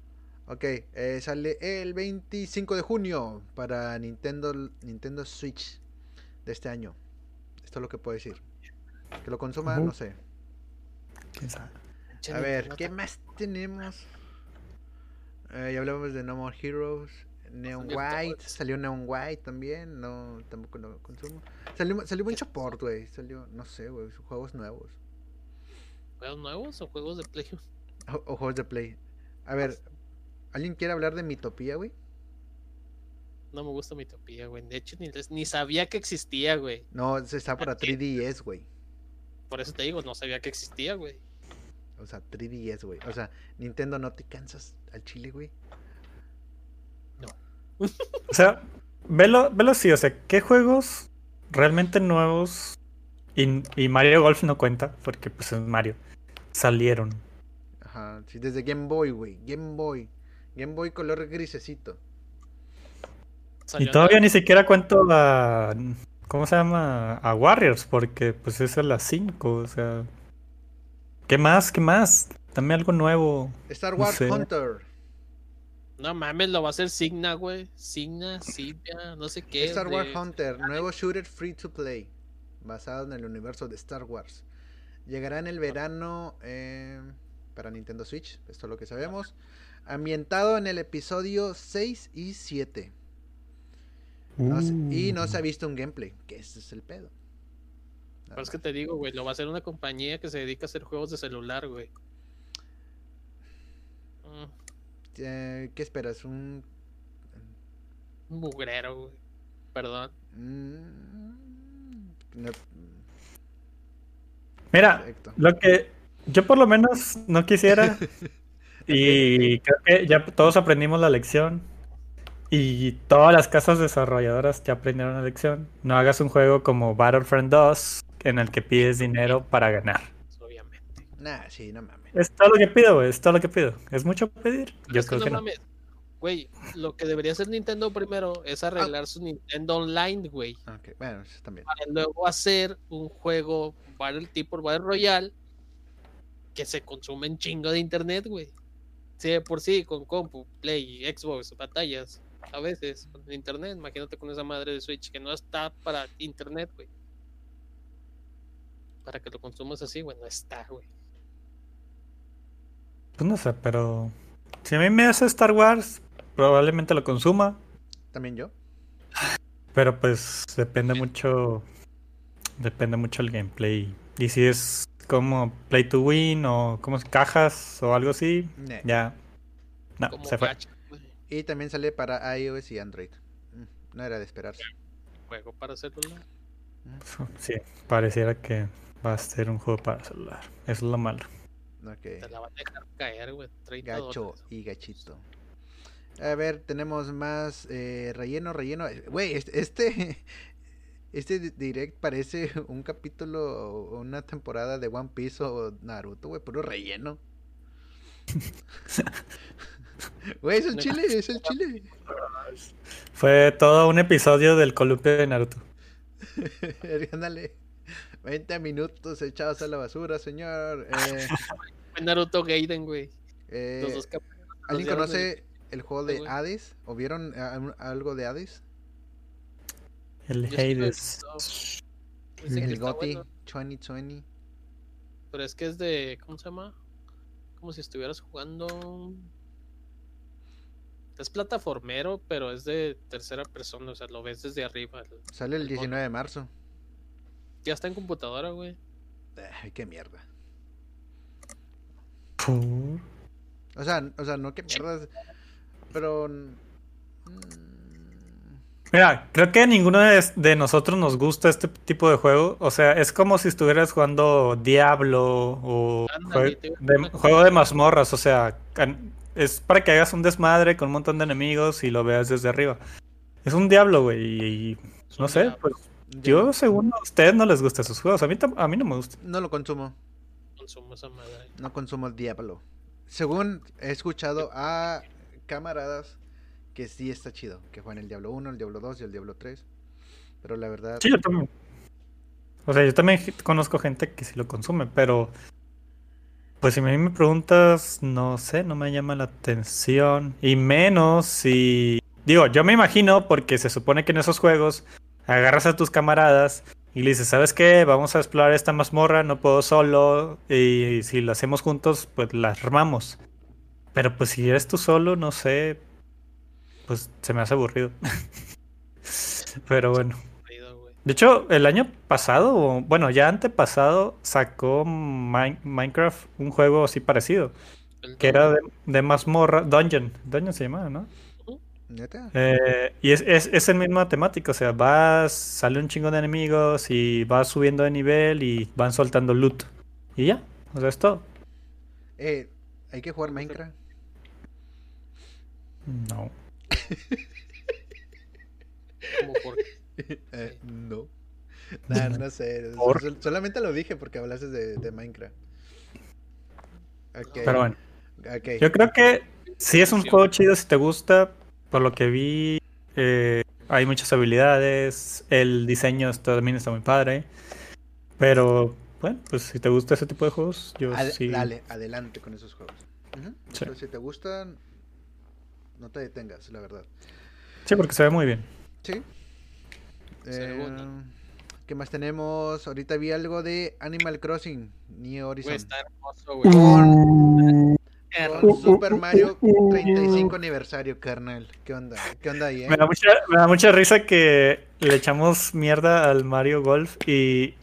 Ok, sale el 25 de junio para Nintendo Switch de este año. Esto es lo que puedo decir. Que lo consuma, no sé. ¿Quién sabe? A ver, ¿qué más tenemos? Ya hablamos de No More Heroes. Neon White, salió Neon White también. No, tampoco lo consumo. Salió mucho port, güey. Salió, no sé, güey, juegos nuevos. ¿Juegos nuevos o juegos de Play? O juegos de Play. A ver, ¿alguien quiere hablar de Miitopía, güey? No me gusta Miitopía, güey. De hecho, ni sabía que existía, güey. No, está para 3DS, güey. Por eso te digo, no sabía que existía, güey. O sea, 3DS, güey. O sea, Nintendo, ¿no te cansas al chile, güey? No. O sea, velo así, o sea, ¿qué juegos realmente nuevos? Y Mario Golf no cuenta, porque pues es Mario. Salieron. Ajá, sí, desde Game Boy, güey. Game Boy. Game Boy color grisecito. Y todavía ni siquiera cuento a... ¿Cómo se llama? A Warriors, porque pues es a las 5, o sea... ¿Qué más? ¿Qué más? Dame algo nuevo. Star Wars Hunter. No mames, lo va a hacer Signa, güey. Signa, no sé qué. Star Wars Hunter, nuevo shooter free to play. Basado en el universo de Star Wars. Llegará en el verano para Nintendo Switch. Esto es lo que sabemos. Ambientado en el episodio 6 y 7. Y no se ha visto un gameplay, que ese es el pedo. Pero es que te digo, güey, lo va a hacer una compañía que se dedica a hacer juegos de celular, güey. ¿Qué esperas? Un mugrero, güey. Perdón. No. Mira, perfecto. Lo que yo por lo menos no quisiera y creo que ya todos aprendimos la lección. Y todas las casas desarrolladoras ya aprendieron la lección. No hagas un juego como Battlefront 2 en el que pides dinero para ganar. Obviamente. Nah, sí, no mames. Es todo lo que pido, güey. Es todo lo que pido. ¿Es mucho pedir? Yo creo que no. Mames. Güey, lo que debería hacer Nintendo primero es arreglar su Nintendo Online, güey. Ok, bueno, eso también. Para luego hacer un juego tipo Battle Royale que se consume en chingo de internet, güey. Sí, de por sí, con compu, Play, Xbox, batallas. A veces, con internet, imagínate con esa madre de Switch que no está para internet, güey. Para que lo consumas así, güey, no está, güey. Pues no sé, pero si a mí me hace Star Wars, probablemente lo consuma. También yo. Pero pues depende mucho el gameplay. Y si es como Play to Win o como cajas o algo así, ya no, como se fue. Gacha, y también sale para iOS y Android. No era de esperarse. ¿Juego para celular? Sí, pareciera que va a ser un juego para celular. Eso es lo malo. Okay. Te la van a dejar caer, güey. Gacho y gachito. A ver, tenemos más relleno. Güey, este direct parece un capítulo o una temporada de One Piece o Naruto, güey, puro relleno. Güey, es el chile. Fue todo un episodio del columpio de Naruto. Ándale. 20 minutos echados a la basura, señor. Naruto Gaiden, güey. ¿Alguien conoce el juego de Hades? ¿O vieron algo de Hades? El Hades. El GOTY 2020. Pero es que es de... ¿Cómo se llama? Como si estuvieras jugando... Es plataformero, pero es de tercera persona. O sea, lo ves desde arriba. Sale el 19 de marzo. Ya está en computadora, güey. Ay, qué mierda. O sea, no qué mierda. Pero... Mira, creo que a ninguno de nosotros nos gusta este tipo de juego. O sea, es como si estuvieras jugando Diablo o juego de mazmorras. O sea, es para que hagas un desmadre con un montón de enemigos y lo veas desde arriba. Es un Diablo, güey. Y no sé, pues yo según a ustedes no les gustan esos juegos. A mí no me gusta. No lo consumo. Consumo esa madre. No consumo el Diablo. Según he escuchado a camaradas que sí está chido, que juegan el Diablo 1, el Diablo 2 y el Diablo 3. Pero la verdad... Sí, yo también. O sea, yo también conozco gente que sí lo consume, pero Pues si a mí me preguntas, no sé, no me llama la atención. Y menos si... Digo, yo me imagino porque se supone que en esos juegos agarras a tus camaradas y le dices, ¿sabes qué? Vamos a explorar esta mazmorra, no puedo solo. Y si lo hacemos juntos, pues la armamos. Pero pues si eres tú solo, no sé, pues se me hace aburrido. Pero bueno. De hecho, el año pasado, bueno, ya antepasado, sacó Minecraft un juego así parecido. Que era de mazmorra, Dungeon se llamaba, ¿no? ¿Neta? Y es el misma temática, o sea, sale un chingo de enemigos y vas subiendo de nivel y van soltando loot. Y ya, o sea, es todo. ¿Hay que jugar Minecraft? No. ¿Cómo por qué? No. No sé. Solamente lo dije porque hablaste de Minecraft. Pero bueno. Yo creo que sí es un juego chido si te gusta. Por lo que vi, hay muchas habilidades. El diseño también está muy padre. Pero, bueno, pues si te gusta ese tipo de juegos, yo sí. Dale, adelante con esos juegos. Sí. Si te gustan, no te detengas, la verdad. Sí, porque se ve muy bien. Sí. ¿Qué más tenemos? Ahorita vi algo de Animal Crossing New Horizon. Está hermoso, güey. Con Super Mario 35 aniversario, carnal. ¿Qué onda? ¿Qué onda ahí, Me da mucha risa que le echamos mierda al Mario Golf y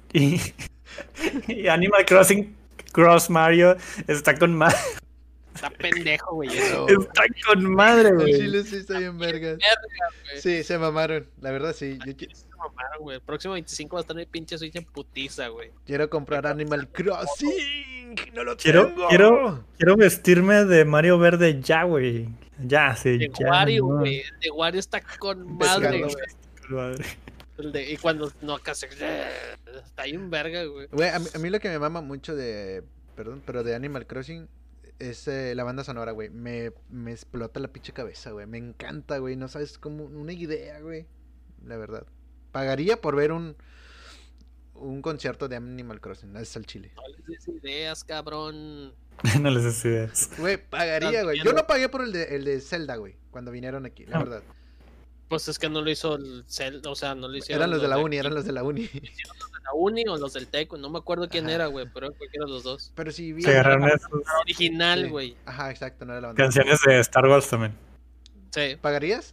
Animal Crossing Cross Mario está con madre. Está pendejo, güey. Eso. Está con madre, güey. El chile sí está bien verga. Sí, se mamaron. La verdad, sí. Se mamaron, güey. El próximo 25 va a estar el pinche Switch en putiza, güey. Quiero comprar Animal Crossing. No lo tengo. Quiero vestirme de Mario Verde ya, güey. Ya, sí. De Wario, güey. De Wario está con madre, güey. Y cuando no acá está ahí un verga, güey. Güey, a mí lo que me mama mucho de Animal Crossing es la banda sonora, güey. Me explota la pinche cabeza, güey. Me encanta, güey. No sabes, como una idea, güey. La verdad. Pagaría por ver un concierto de Animal Crossing. Es al chile. No les des ideas, cabrón. No les des ideas. Güey, pagaría, güey. Yo no pagué por el de Zelda, güey. Cuando vinieron aquí, la verdad. Pues es que no lo hizo el Zelda, o sea, no lo hicieron. Eran los de la uni. ¿Hicieron los de la uni o los del Tec? No me acuerdo quién era, güey, pero cualquiera de los dos. Pero si se agarraron esos. Original, güey. Sí. Ajá, exacto, no era la banda. Canciones de Star Wars también. Sí. ¿Pagarías?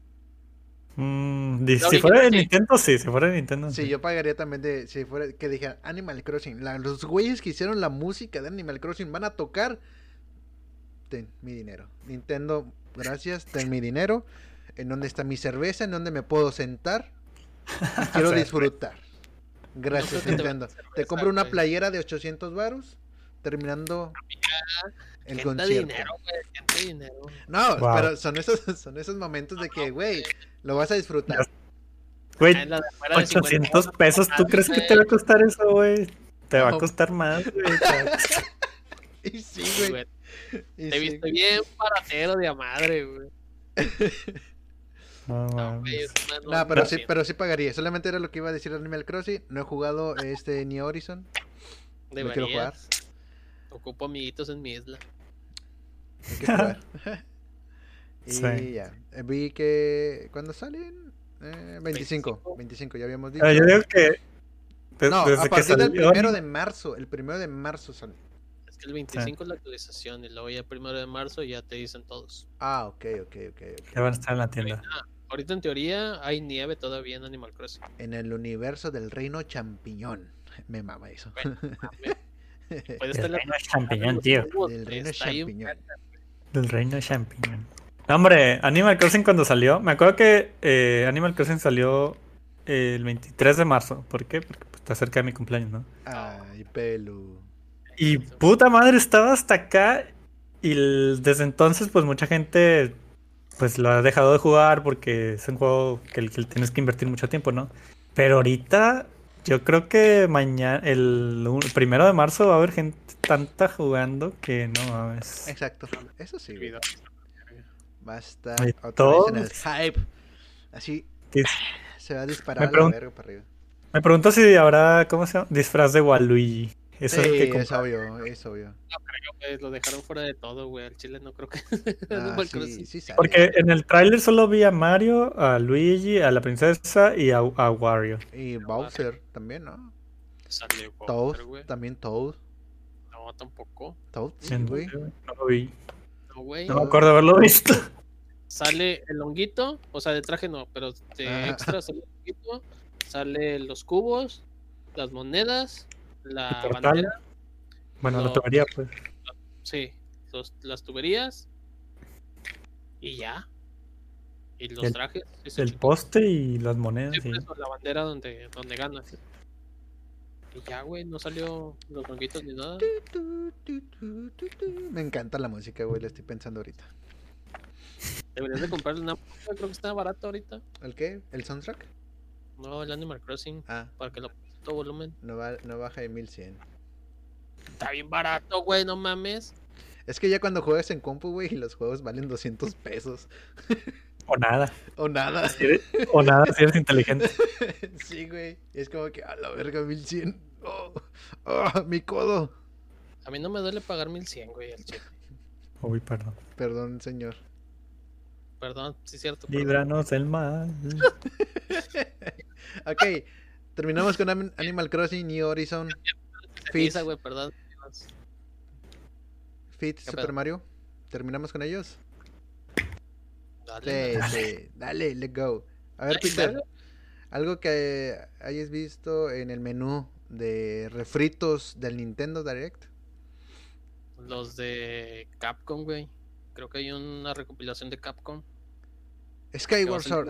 Si fuera de Nintendo, sí. Si fuera de Nintendo, sí. Yo pagaría también si fuera que dijeran Animal Crossing. Los güeyes que hicieron la música de Animal Crossing van a tocar. Ten mi dinero. Nintendo, gracias, ten mi dinero. ¿En dónde está mi cerveza? ¿En dónde me puedo sentar? Y quiero disfrutar. Gracias, Nintendo. Te compro una playera de 800 varos. Terminando el concierto. Dinero. No, wow. Pero son esos momentos de que, güey, lo vas a disfrutar. Güey, 800 pesos, ¿tú crees que te va a costar eso, güey? Te va a costar más, güey. Y sí, güey. Te viste bien paratero de a madre, güey. No, pero sí pagaría. Solamente era lo que iba a decir Animal Crossing. No he jugado New Horizon. No quiero jugar. Ocupo amiguitos en mi isla. Hay que jugar. Y ya. Vi que cuando salen 25, ya habíamos dicho. Yo digo que a partir del 1 de marzo. El 1 de marzo sale. Es que el 25 es la actualización y luego ya el 1 de marzo ya te dicen todos. Ah, ok. Ya van a estar en la tienda. Ahorita en teoría hay nieve todavía en Animal Crossing. En el universo del reino champiñón. Me mama eso. Del reino champiñón, tío. Del reino champiñón. Del reino champiñón. Hombre, Animal Crossing cuando salió, me acuerdo que Animal Crossing salió el 23 de marzo. ¿Por qué? Porque pues, está cerca de mi cumpleaños, ¿no? Ay, pelu. Y puta madre, estaba hasta acá. Y desde entonces, pues mucha gente pues lo ha dejado de jugar porque es un juego que tienes que invertir mucho tiempo, ¿no? Pero ahorita yo creo que mañana, el 1 de marzo, va a haber gente tanta jugando que no mames. Exacto, eso sí. Va a estar otra vez en el hype. Así se va a disparar la verga para arriba. Me pregunto si habrá, ¿cómo se llama? Disfraz de Waluigi Eso es lo que es obvio, es obvio. No creo, güey, lo dejaron fuera de todo, güey. Al chile no creo que... Sí sale. Porque en el tráiler solo vi a Mario, a Luigi, a la princesa y a Wario. Y Bowser también, ¿no? Sale Toad, Bowser, güey. también Toad. No, tampoco. Toad, sí, güey. No lo vi. No, güey. No me acuerdo de haberlo visto. Sale el honguito, o sea, de traje no, pero de extra sale el honguito, sale los cubos, las monedas, la bandera. Bueno, la tubería, pues. Sí, las tuberías y ya. Y los trajes. El poste y las monedas. Sí, eso, la bandera donde ganas. Y ya, güey, no salió los honguitos ni nada. Me encanta la música, güey, la estoy pensando ahorita. Deberías de comprarle una... Creo que está barato ahorita. ¿El qué? ¿El soundtrack? No, el Animal Crossing. Para que lo pongas a todo volumen. No baja de 1100. Está bien barato, güey, no mames. Es que ya cuando juegas en compu, güey, y los juegos valen 200 pesos. O nada. O nada. Si eres inteligente. Sí, güey. Es como que, a la verga, 1100. Mi codo. A mí no me duele pagar 1100, güey, el chile. Uy, perdón. Perdón, señor. Perdón, sí es cierto. Líbranos del mal. Ok, terminamos con Animal Crossing, New Horizon, Fit, güey, perdón. Fit, Super Mario. ¿Terminamos con ellos? Dale. Dale, let's go. A ver, Peter, algo que hayas visto en el menú de refritos del Nintendo Direct. Los de Capcom, güey. Creo que hay una recopilación de Capcom. Skyward Sword.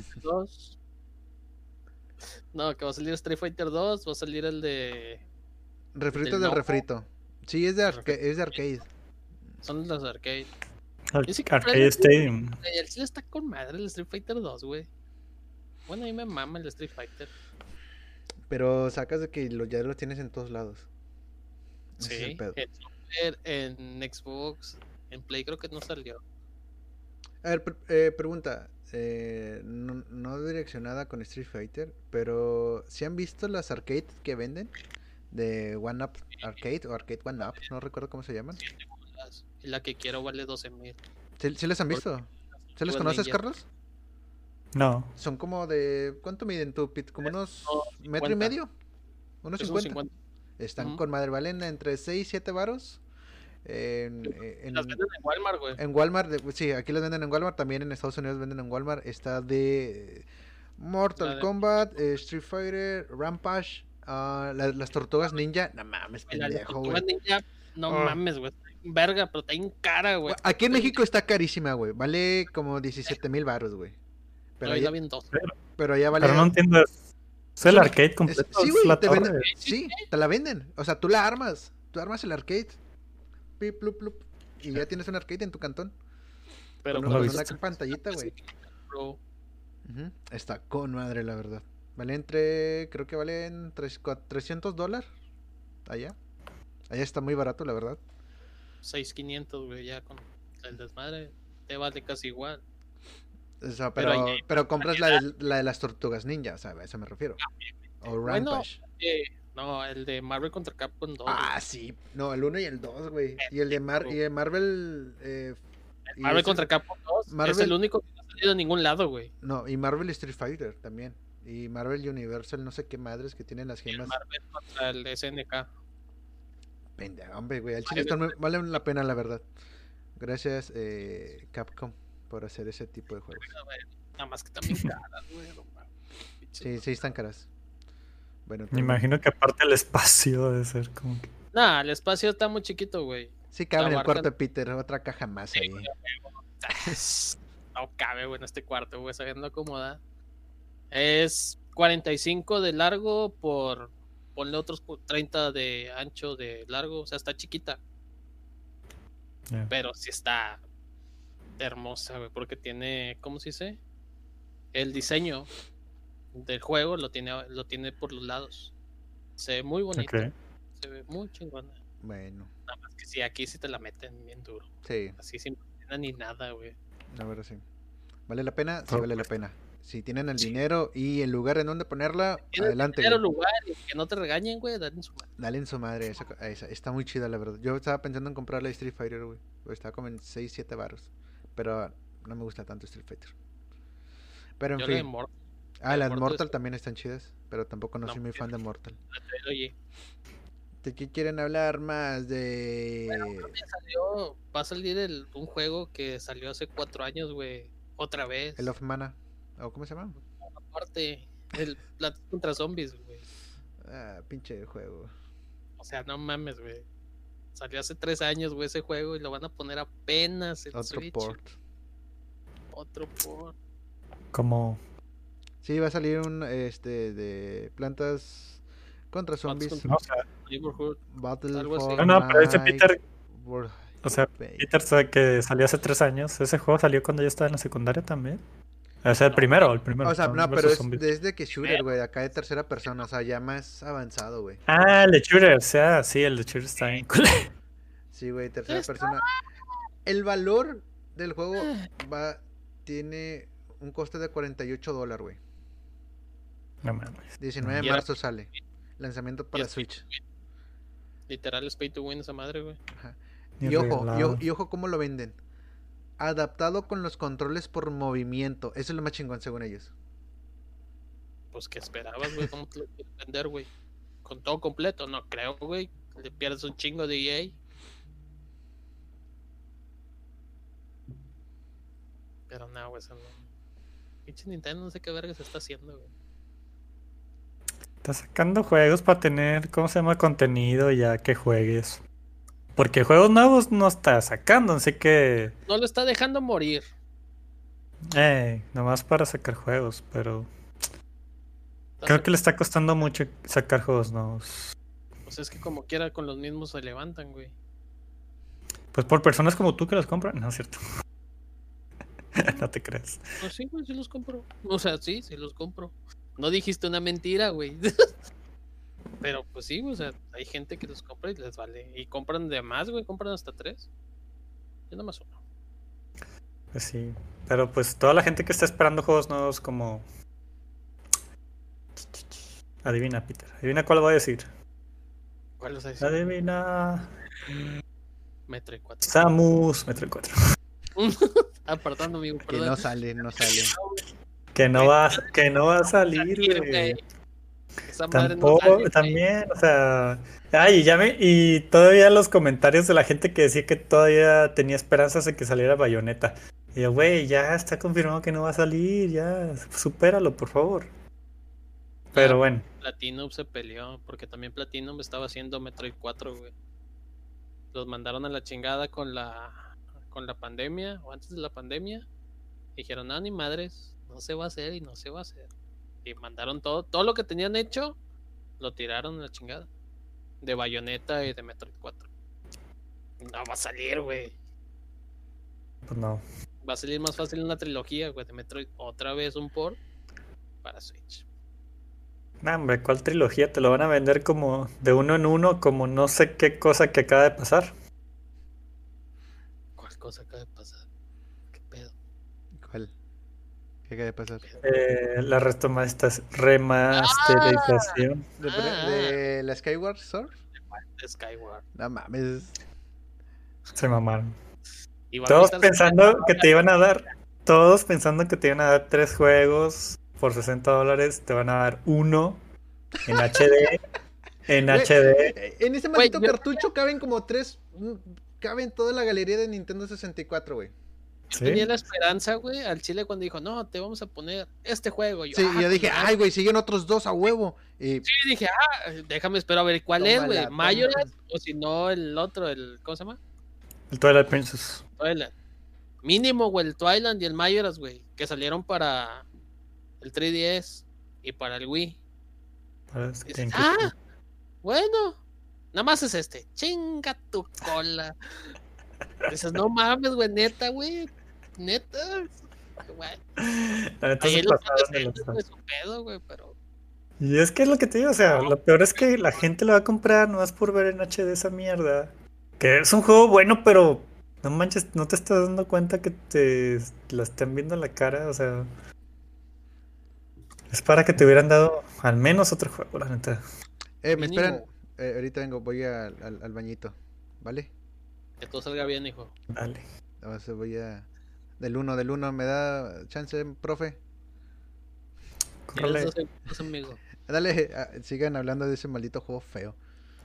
No, que va a salir Street Fighter 2, va a salir el de... Refrito del refrito. Sí, es de arcade. Son los arcade. Arcade Stadium. El chile está con madre el Street Fighter 2, güey. Bueno, a mí me mama el Street Fighter. Pero sacas de que ya lo tienes en todos lados. Sí, en Xbox, en Play creo que no salió. A ver, pregunta. No direccionada con Street Fighter, pero ¿sí han visto las arcades que venden? De One Up Arcade o Arcade One Up, no recuerdo cómo se llaman. Y la que quiero vale 12,000. ¿Sí les han visto? ¿Se les conoces, Carlos? No. Son como de... ¿Cuánto miden tú, Pete? ¿Como unos metro y medio? ¿Unos 50? Están con madre, valen entre 6 y 7 varos. Las venden en Walmart, güey. En Walmart, sí, aquí las venden en Walmart. También en Estados Unidos venden en Walmart. Está de Mortal Kombat, Street Fighter, Rampage, las Tortugas Ninja. No mames, pendejo, güey. No mames, güey. Verga, pero está en cara, güey. Aquí en México está carísima, güey. Vale como 17,000 varos, güey. Pero allá vale. Pero no entiendo. ¿Es el arcade completo? Sí, güey. Sí, te la venden. O sea, tú la armas. Tú armas el arcade. Pip, plup, plup, y ya tienes un arcade en tu cantón. Pero con una pantallita, güey. Está con madre, la verdad. Creo que valen $300 allá. Allá está muy barato, la verdad. 6,500, güey, ya con el desmadre te vale casi igual. O sea, pero compras la de las Tortugas Ninja, o sea, a eso me refiero. O Rampage. No, el de Marvel contra Capcom 2. Ah, sí. No, el 1 y el 2, güey. Y el de Marvel... Marvel contra Capcom 2 es el único que no ha salido a ningún lado, güey. No, y Marvel Street Fighter también. Y Marvel Universal, no sé qué madres que tienen las gemas. Y Marvel contra el SNK. Pendejo, hombre, güey. Al chile vale la pena, la verdad. Gracias, Capcom, por hacer ese tipo de juegos. Nada más que también caras, güey. Sí, están caras. Bueno, me imagino que aparte el espacio debe ser como que... Nah, el espacio está muy chiquito, güey. Sí cabe en el cuarto de Peter, otra caja más ahí. No cabe, güey, en este cuarto, güey, sabiendo acomoda. Es 45 de largo por... Ponle otros 30 de ancho de largo, o sea, está chiquita. Yeah. Pero sí está hermosa, güey, porque tiene, ¿cómo se dice? El diseño del juego lo tiene por los lados. Se ve muy bonito. Okay. Se ve muy chingona. Bueno. Nada más que sí, aquí sí te la meten bien duro. Sí. Así sin pena ni nada, güey. La verdad sí. ¿Vale la pena? Sí, vale la pena. Si tienen el dinero y el lugar en donde ponerla, adelante. El lugar y que no te regañen, güey, dale en su madre. Dale en su madre, esa está muy chida, la verdad. Yo estaba pensando en comprarle Street Fighter, güey. Estaba como en 6, 7 baros. Pero no me gusta tanto Street Fighter. Pero en fin. Las Mortal también están chidas, pero tampoco no soy muy fan de Mortal. Oye. ¿De qué quieren hablar más? Va a salir un juego que salió hace 4 años, güey. Otra vez. El of Mana. ¿O cómo se llama? Aparte, el Plants contra Zombies, güey. Pinche juego. O sea, no mames, güey. Salió hace 3 años, güey, ese juego y lo van a poner apenas en Switch. Otro port. Como... Sí, va a salir un de Plantas contra Zombies. No, o sea, Battle for no, pero ese Peter... O sea, Peter que salió hace 3 años. Ese juego salió cuando yo estaba en la secundaria también. O sea, el primero. O sea, no, pero es desde que Shooter, güey, acá de tercera persona, o sea, ya más avanzado, güey. El de Shooter, o sea, sí, el de Shooter está bien cool. Sí, güey, tercera persona. El valor del juego tiene un coste de $48, güey. No mames. 19 de marzo sale. Lanzamiento para Switch. Literal es pay to win esa madre, güey. Ajá. Y ojo cómo lo venden. Adaptado con los controles por movimiento. Eso es lo más chingón según ellos. Pues que esperabas, güey. ¿Cómo te lo quieres vender, güey? Con todo completo, no creo, güey. Le pierdes un chingo de EA. Pero no, güey, eso no. Pinche Nintendo no sé qué verga se está haciendo, güey. Está sacando juegos para tener, ¿cómo se llama? Contenido ya que juegues. Porque juegos nuevos no está sacando, así que... No lo está dejando morir. Nomás para sacar juegos, pero... Creo que le está costando mucho sacar juegos nuevos. Pues es que como quiera con los mismos se levantan, güey. Pues por personas como tú que los compran, no es cierto. No te creas. Pues sí, güey, sí los compro. O sea, sí los compro. No dijiste una mentira, güey. Pero pues sí, o sea, hay gente que los compra y les vale. Y compran de más, güey, compran hasta 3. Yo nada más 1. Pues sí, pero pues toda la gente que está esperando juegos nuevos como... Adivina, Peter. Adivina cuál voy a decir. ¿Cuál vas a decir? Adivina... Metroid 4. Samus, Metroid 4. Apartando, amigo, perdón. Que no sale. Que no va a salir, güey. Tampoco, no también, o sea... y todavía los comentarios de la gente que decía que todavía tenía esperanzas de que saliera Bayonetta. Y yo, güey, ya está confirmado que no va a salir, ya, supéralo, por favor. Pero bueno. Platinum se peleó, porque también Platinum estaba haciendo Metroid 4, güey. Los mandaron a la chingada con la pandemia, o antes de la pandemia. Dijeron, no, ni madres, no se va a hacer y no se va a hacer. Y mandaron todo lo que tenían hecho, lo tiraron a la chingada. De Bayonetta y de Metroid 4. No va a salir, güey. Pues no. Va a salir más fácil una trilogía, güey, de Metroid. Otra vez un port para Switch. No, hombre, ¿cuál trilogía? Te lo van a vender como de uno en uno, como no sé qué cosa que acaba de pasar. ¿Cuál cosa acaba de pasar? ¿Qué pedo? ¿Cuál? ¿Qué acaba de pasar? La remasterización. ¿De la Skyward Sword? De Skyward. No mames. Se mamaron. Todos pensando que te iban a dar 3 juegos por $60. Te van a dar uno en HD. En HD. En ese maldito cartucho caben como 3. Caben toda la galería de Nintendo 64, güey. ¿Sí? Tenía la esperanza, güey, al chile cuando dijo, no, te vamos a poner este juego. Yo dije, ay, güey, siguen otros 2 a huevo. Sí, dije, déjame esperar a ver cuál es, güey. Majora's, o si no, el otro, ¿cómo se llama? El Twilight Princess. Mínimo, güey, el Twilight y el Majora's, güey, que salieron para el 3DS y para el Wii. Dices, bueno, nada más es este. Chinga tu cola. Dices, no mames, güey, neta, güey. Neta. Güey. Ahí los de su pedo, güey, pero... Y es que es lo que te digo, o sea, lo peor es que la gente lo va a comprar nomás por ver en HD esa mierda. Que es un juego bueno, pero no manches, no te estás dando cuenta que te la están viendo en la cara, o sea... Es para que te hubieran dado al menos otro juego, la neta. Me esperan. Ahorita vengo, voy al bañito. ¿Vale? Que todo salga bien, hijo. Dale. Voy a... Del 1, ¿me da chance, profe? Córrele. Amigo. Dale, sigan hablando de ese maldito juego feo.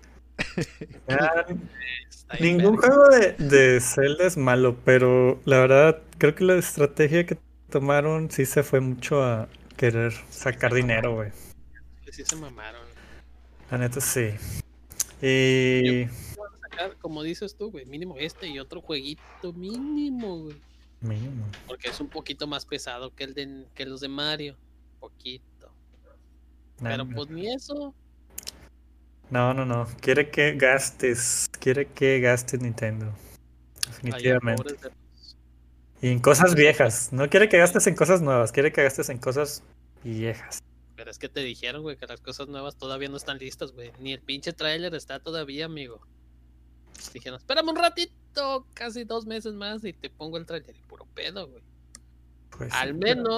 Ningún juego de Zelda es malo, pero la verdad creo que la estrategia que tomaron sí se fue mucho a querer sacar dinero, güey. Sí se mamaron. La neta sí. Y... como dices tú, güey, mínimo y otro jueguito mínimo, güey. Mínimo. Porque es un poquito más pesado que los de Mario. Poquito. Pero pues ni eso. No. Quiere que gastes Nintendo. Definitivamente. Y en cosas viejas. No quiere que gastes en cosas nuevas, quiere que gastes en cosas viejas. Pero es que te dijeron, güey, que las cosas nuevas todavía no están listas, güey. Ni el pinche tráiler está todavía, amigo. Dijeron, espérame un ratito, casi 2 meses más y te pongo el tráiler. Y puro pedo, güey. Pues al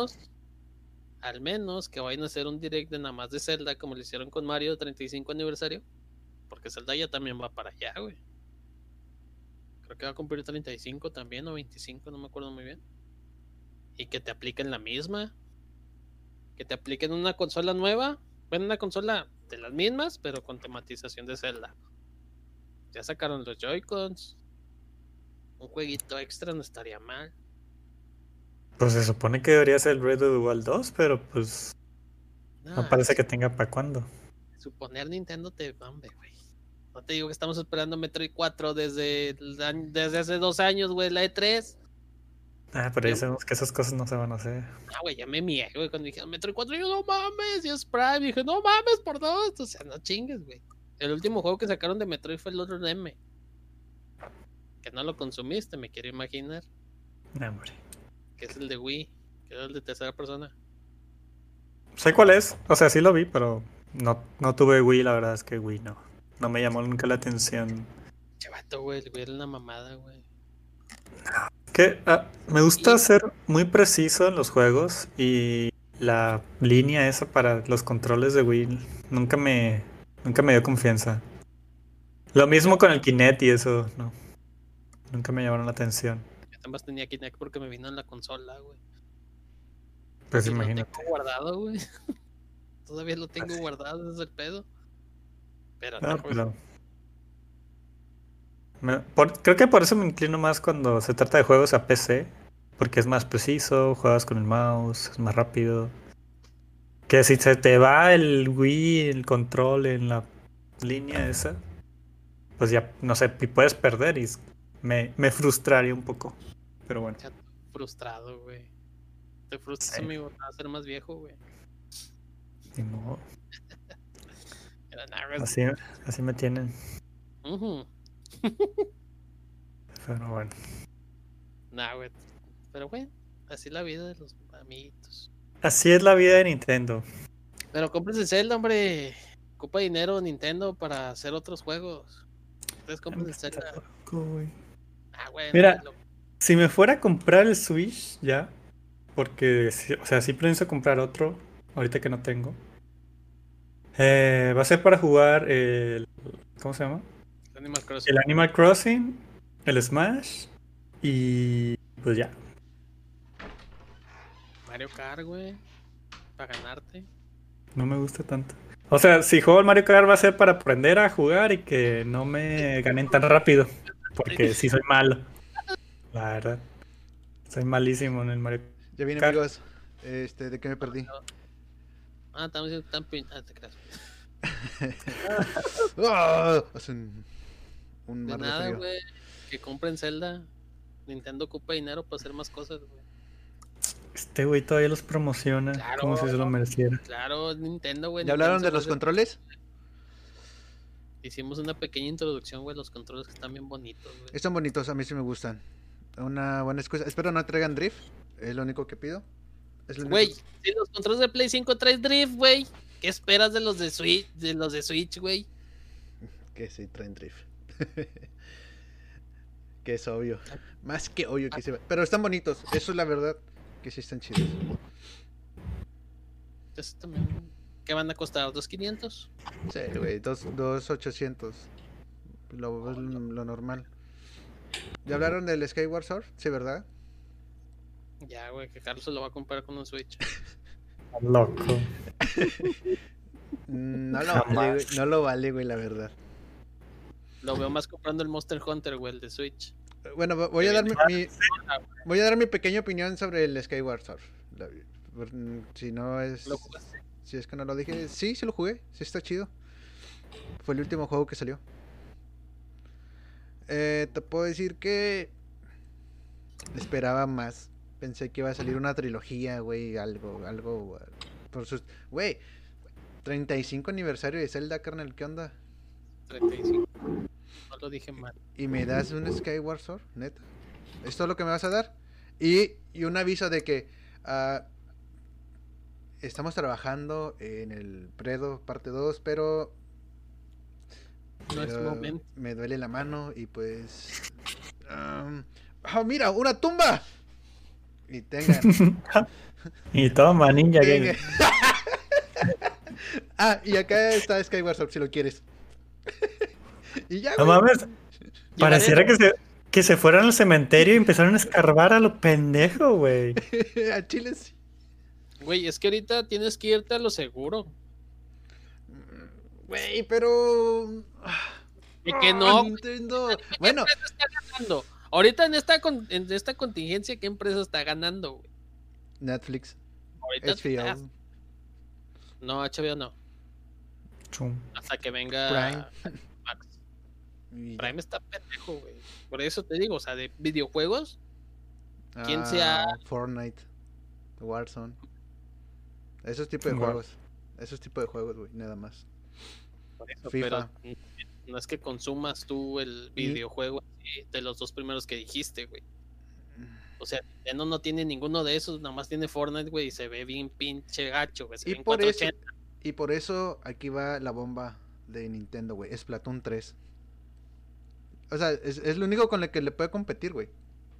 menos que vayan a hacer un direct de nada más de Zelda, como lo hicieron con Mario 35 aniversario. Porque Zelda ya también va para allá, güey. Creo que va a cumplir 35 también, o 25, no me acuerdo muy bien. Y que te apliquen la misma. Que te apliquen una consola nueva. Bueno, una consola de las mismas, pero con tematización de Zelda. Ya sacaron los Joy-Cons. Un jueguito extra no estaría mal. Pues se supone que debería ser el Breath of the Wild 2, pero pues no parece que tenga para cuándo. Suponer Nintendo te hombre, güey. No te digo que estamos esperando Metroid 4 desde hace 2 años, güey, la E3. Pero ya sabemos que esas cosas no se van a hacer. Güey, ya me mié, güey, cuando dijeron Metroid 4, yo no mames, y es Prime, y dije, no mames, por 2, o sea, no chingues, güey. El último juego que sacaron de Metroid fue el otro M. Que no lo consumiste, me quiero imaginar. No, hombre. Que es el de Wii, que era el de tercera persona. Sé cuál es, o sea, sí lo vi, pero no tuve Wii, la verdad es que Wii no me llamó nunca la atención. Chavato, güey, el Wii era una mamada, güey. Que me gusta ser muy preciso en los juegos y la línea esa para los controles de Wii nunca me dio confianza. Lo mismo con el Kinect y eso, no. Nunca me llamaron la atención. Yo además tenía Kinect porque me vino en la consola, güey. Pues imagínate. Lo tengo guardado, güey. Todavía lo tengo guardado, ese es el pedo. Pero creo que por eso me inclino más cuando se trata de juegos a PC. Porque es más preciso, juegas con el mouse, es más rápido. Que si se te va el Wii, el control en la línea esa, pues ya, no sé, puedes perder y me frustraría un poco. Pero bueno. Ya frustrado, güey. Te frustras, amigo, a ser más viejo, güey. Ni modo. Así me tienen. Pero bueno. Güey. Pero bueno, así es la vida de los amiguitos. Así es la vida de Nintendo. Pero cómprense Zelda, hombre. Ocupa dinero Nintendo para hacer otros juegos. Ustedes cómprense Zelda. Bueno, mira, si me fuera a comprar el Switch ya, porque, o sea, sí pienso comprar otro, ahorita que no tengo. Va a ser para jugar el... ¿Cómo se llama? Animal Crossing. El Animal Crossing, el Smash y pues ya. Mario Kart, güey. Para ganarte. No me gusta tanto. O sea, si juego el Mario Kart va a ser para aprender a jugar y que no me ganen tan rápido. Porque sí soy malo. La verdad. Soy malísimo en el Mario Kart. Ya vienen, amigos. ¿De qué me perdí? Estamos tan te creas. Hace un mar de nada, frío. Güey. Que compren Zelda. Nintendo ocupa dinero para hacer más cosas, güey. Este güey todavía los promociona, claro, como si se lo mereciera. Claro, Nintendo, güey. ¿Ya hablaron de los controles? Hicimos una pequeña introducción, güey. Los controles que están bien bonitos, güey. Están bonitos, a mí sí me gustan. Una buena excusa. Espero no traigan drift. Es lo único que pido. Güey, si los controles de Play 5 traen drift, güey. ¿Qué esperas de los de Switch, güey? Que sí traen drift. Que es obvio. Más que obvio que sí. Pero están bonitos. Eso es la verdad. Que sí están chidos. Eso también. ¿Qué van a costar? ¿2.500? Sí, güey, 2.800. Lo normal. ¿Ya hablaron del Skyward Sword? Sí, ¿verdad? Ya, güey, que Carlos se lo va a comprar con un Switch. Loco. No lo vale, güey. No lo vale, güey, la verdad. Lo veo más comprando el Monster Hunter, güey, el de Switch. Bueno, voy a dar mi pequeña opinión sobre el Skyward Sword. Si no es... ¿Lo jugaste? Si es que no lo dije... Sí lo jugué. Sí está chido. Fue el último juego que salió. Te puedo decir que... esperaba más. Pensé que iba a salir una trilogía, güey. Algo... Por sus... Güey. 35 aniversario de Zelda, carnal. ¿Qué onda? 35. No lo dije mal. ¿Y me das un Skyward Sword? Neta. ¿Es todo lo que me vas a dar? Y un aviso de que... estamos trabajando en el Predo parte 2, pero no es momento. Me duele la mano y pues... ¡Oh, mira! ¡Una tumba! Y tengan. Y toma, Ninja Game. Y acá está Skyward Sword si lo quieres. Y ya, no mames. Pareciera que se fueran al cementerio y empezaron a escarbar a lo pendejo, güey. A Chile sí. Güey, es que ahorita tienes que irte a lo seguro. Güey, pero... ¿Y que no? Nintendo. Bueno. ¿Qué empresa está ganando? Ahorita en esta contingencia, ¿qué empresa está ganando, güey? Netflix. Ahorita HBO. No, HBO no. Chum. Hasta que venga Prime. Max. Prime está pendejo, güey. Por eso te digo, o sea, de videojuegos, ¿quién sea? Fortnite, Warzone. Esos tipos de juegos. Esos tipos de juegos, güey, nada más. Por eso, FIFA. Pero no es que consumas tú el videojuego de los dos primeros que dijiste, güey. O sea, Nintendo no tiene ninguno de esos, nada más tiene Fortnite, güey, y se ve bien pinche gacho, güey. Se ve en 480. Y por eso aquí va la bomba de Nintendo, güey. Splatoon 3. O sea, es lo único con el que le puede competir, güey.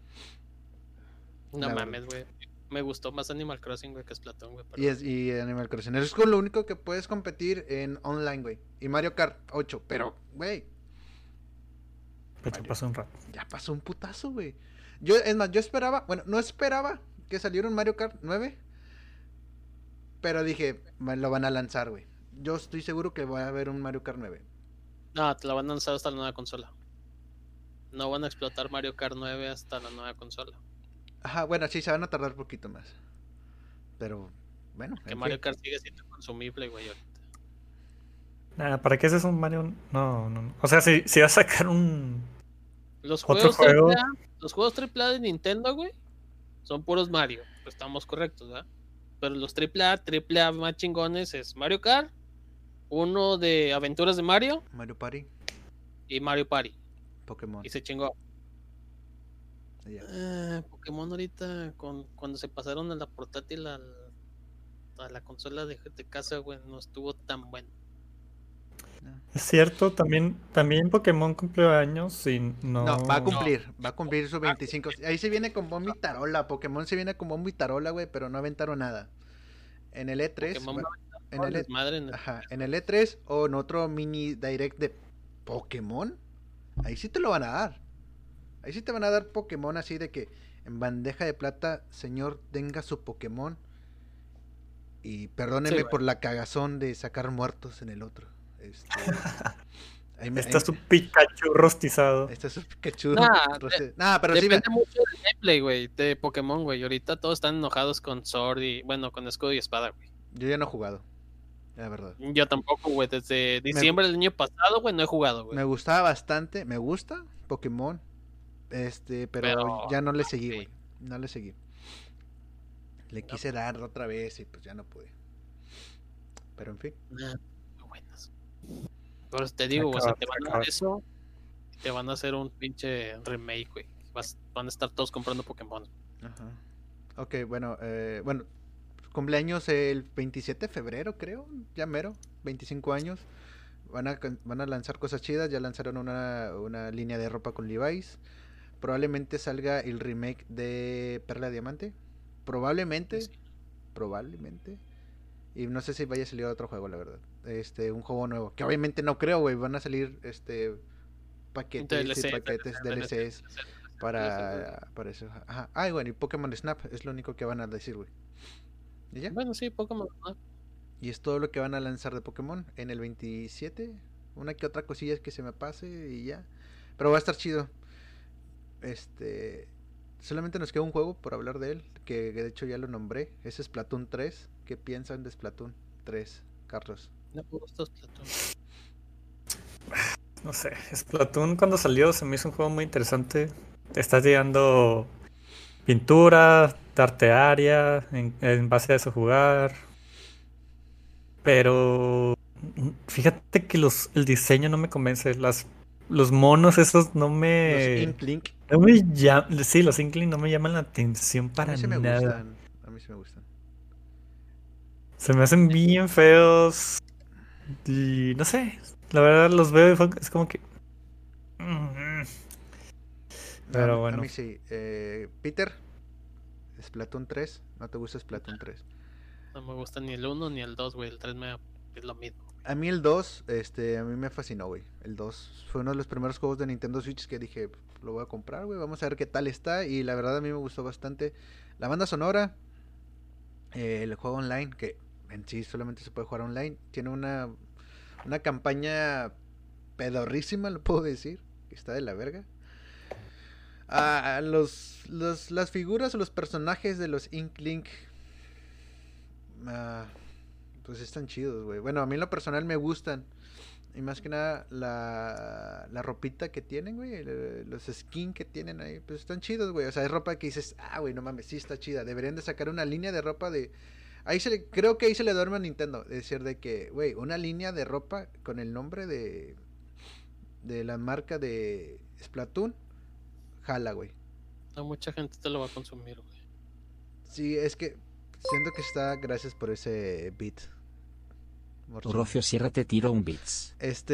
No mames, güey. Me gustó más Animal Crossing, güey, que Splatoon, güey. Y Animal Crossing. Es con lo único que puedes competir en online, güey. Y Mario Kart 8. Pero, güey. Pero ya pasó un rato. Ya pasó un putazo, güey. Es más, yo esperaba. Bueno, no esperaba que saliera un Mario Kart 9. Pero dije, lo van a lanzar, güey. Yo estoy seguro que va a haber un Mario Kart 9. No, te la van a lanzar hasta la nueva consola. No van a explotar Mario Kart 9 hasta la nueva consola. Ajá, bueno, sí, se van a tardar un poquito más. Pero, bueno. Que Mario Kart sigue siendo consumible, güey, ahorita. ¿Para qué haces un Mario? No. O sea, si vas a sacar un... Los juegos AAA de Nintendo, güey, son puros Mario. Pues estamos correctos, ¿verdad? Pero los AAA más chingones es Mario Kart, uno de Aventuras de Mario. Mario Party. Y Mario Party. Pokémon. Y se chingó. Pokémon ahorita, cuando se pasaron a la portátil a la consola de casa, güey, no estuvo tan bueno. Es cierto, también Pokémon cumplió años y no... No, va a cumplir su 25. Ahí se viene con bomba y tarola. Pokémon se viene con bomba y tarola, güey, pero no aventaron nada. En el E3... en el E3 o en otro mini direct de Pokémon, ahí sí te lo van a dar. Ahí sí te van a dar Pokémon así de que en bandeja de plata, señor, tenga su Pokémon. Y perdóneme por la cagazón de sacar muertos en el otro. Está su Pikachu rostizado. Está su Pikachu pero depende mucho del gameplay, güey, de Pokémon, güey. Ahorita todos están enojados con Sword y, bueno, con escudo y espada, güey. Yo ya no he jugado, la verdad. Yo tampoco, güey. Desde diciembre del año pasado, güey, no he jugado, güey. Me gustaba bastante, me gusta Pokémon. Pero ya no le seguí, güey. No le seguí. Le quise dar otra vez y pues ya no pude. Pero en fin. Buenas. Pero te digo, o sea, te van a dar eso. Te van a hacer un pinche remake, güey. Van a estar todos comprando Pokémon. Ajá. Ok, bueno, cumpleaños el 27 de febrero, creo. Ya mero, 25 años. Van a lanzar cosas chidas. Ya lanzaron una línea de ropa con Levi's. Probablemente salga el remake de Perla Diamante. Probablemente. Y no sé si vaya a salir otro juego, la verdad. Un juego nuevo. Que obviamente no creo, güey. Van a salir paquetes DLC, y paquetes DLCs para eso. Ajá. Ay, bueno, y Pokémon Snap es lo único que van a decir, güey. ¿Y ya? Bueno, sí, Pokémon Snap. Y es todo lo que van a lanzar de Pokémon en el 27. Una que otra cosilla que se me pase y ya. Pero va a estar chido. Solamente nos queda un juego por hablar de él, que de hecho ya lo nombré. Es Splatoon 3. ¿Qué piensan de Splatoon 3, Carlos? No me gusta Splatoon. No sé, Splatoon cuando salió se me hizo un juego muy interesante. Estás llegando pintura, darte área, en base a eso jugar. Pero fíjate que el diseño no me convence. Los monos esos no me... Los Inkling. Sí, los Inkling no me llaman la atención para A mí sí me nada. gustan. A mí sí me gustan. Se me hacen bien feos. Y no sé, la verdad los veo y es como que... Pero bueno. A mí sí. Peter, Splatoon 3. ¿No te gusta Splatoon 3? No me gusta ni el 1 ni el 2, güey. El 3 es lo mismo. A mí el 2, a mí me fascinó, güey. El 2 fue uno de los primeros juegos de Nintendo Switch que dije, lo voy a comprar, güey. Vamos a ver qué tal está. Y la verdad a mí me gustó bastante. La banda sonora, el juego online, que en sí solamente se puede jugar online. Tiene una campaña pedorrísima, lo puedo decir. Que está de la verga. Las figuras o los personajes de los Inkling, pues están chidos, güey. Bueno, a mí en lo personal me gustan. Y más que nada la ropita que tienen, güey. Los skins que tienen ahí, pues están chidos, güey. O sea, es ropa que dices, güey, no mames, sí está chida. Deberían de sacar una línea de ropa de... creo que ahí se le duerme a Nintendo. Es decir, de que, güey, una línea de ropa con el nombre de la marca de Splatoon. Jala, güey. No, mucha gente te lo va a consumir, güey. Sí, es que siento que está gracias por ese beat. Rocío Sierra te tiro un beats.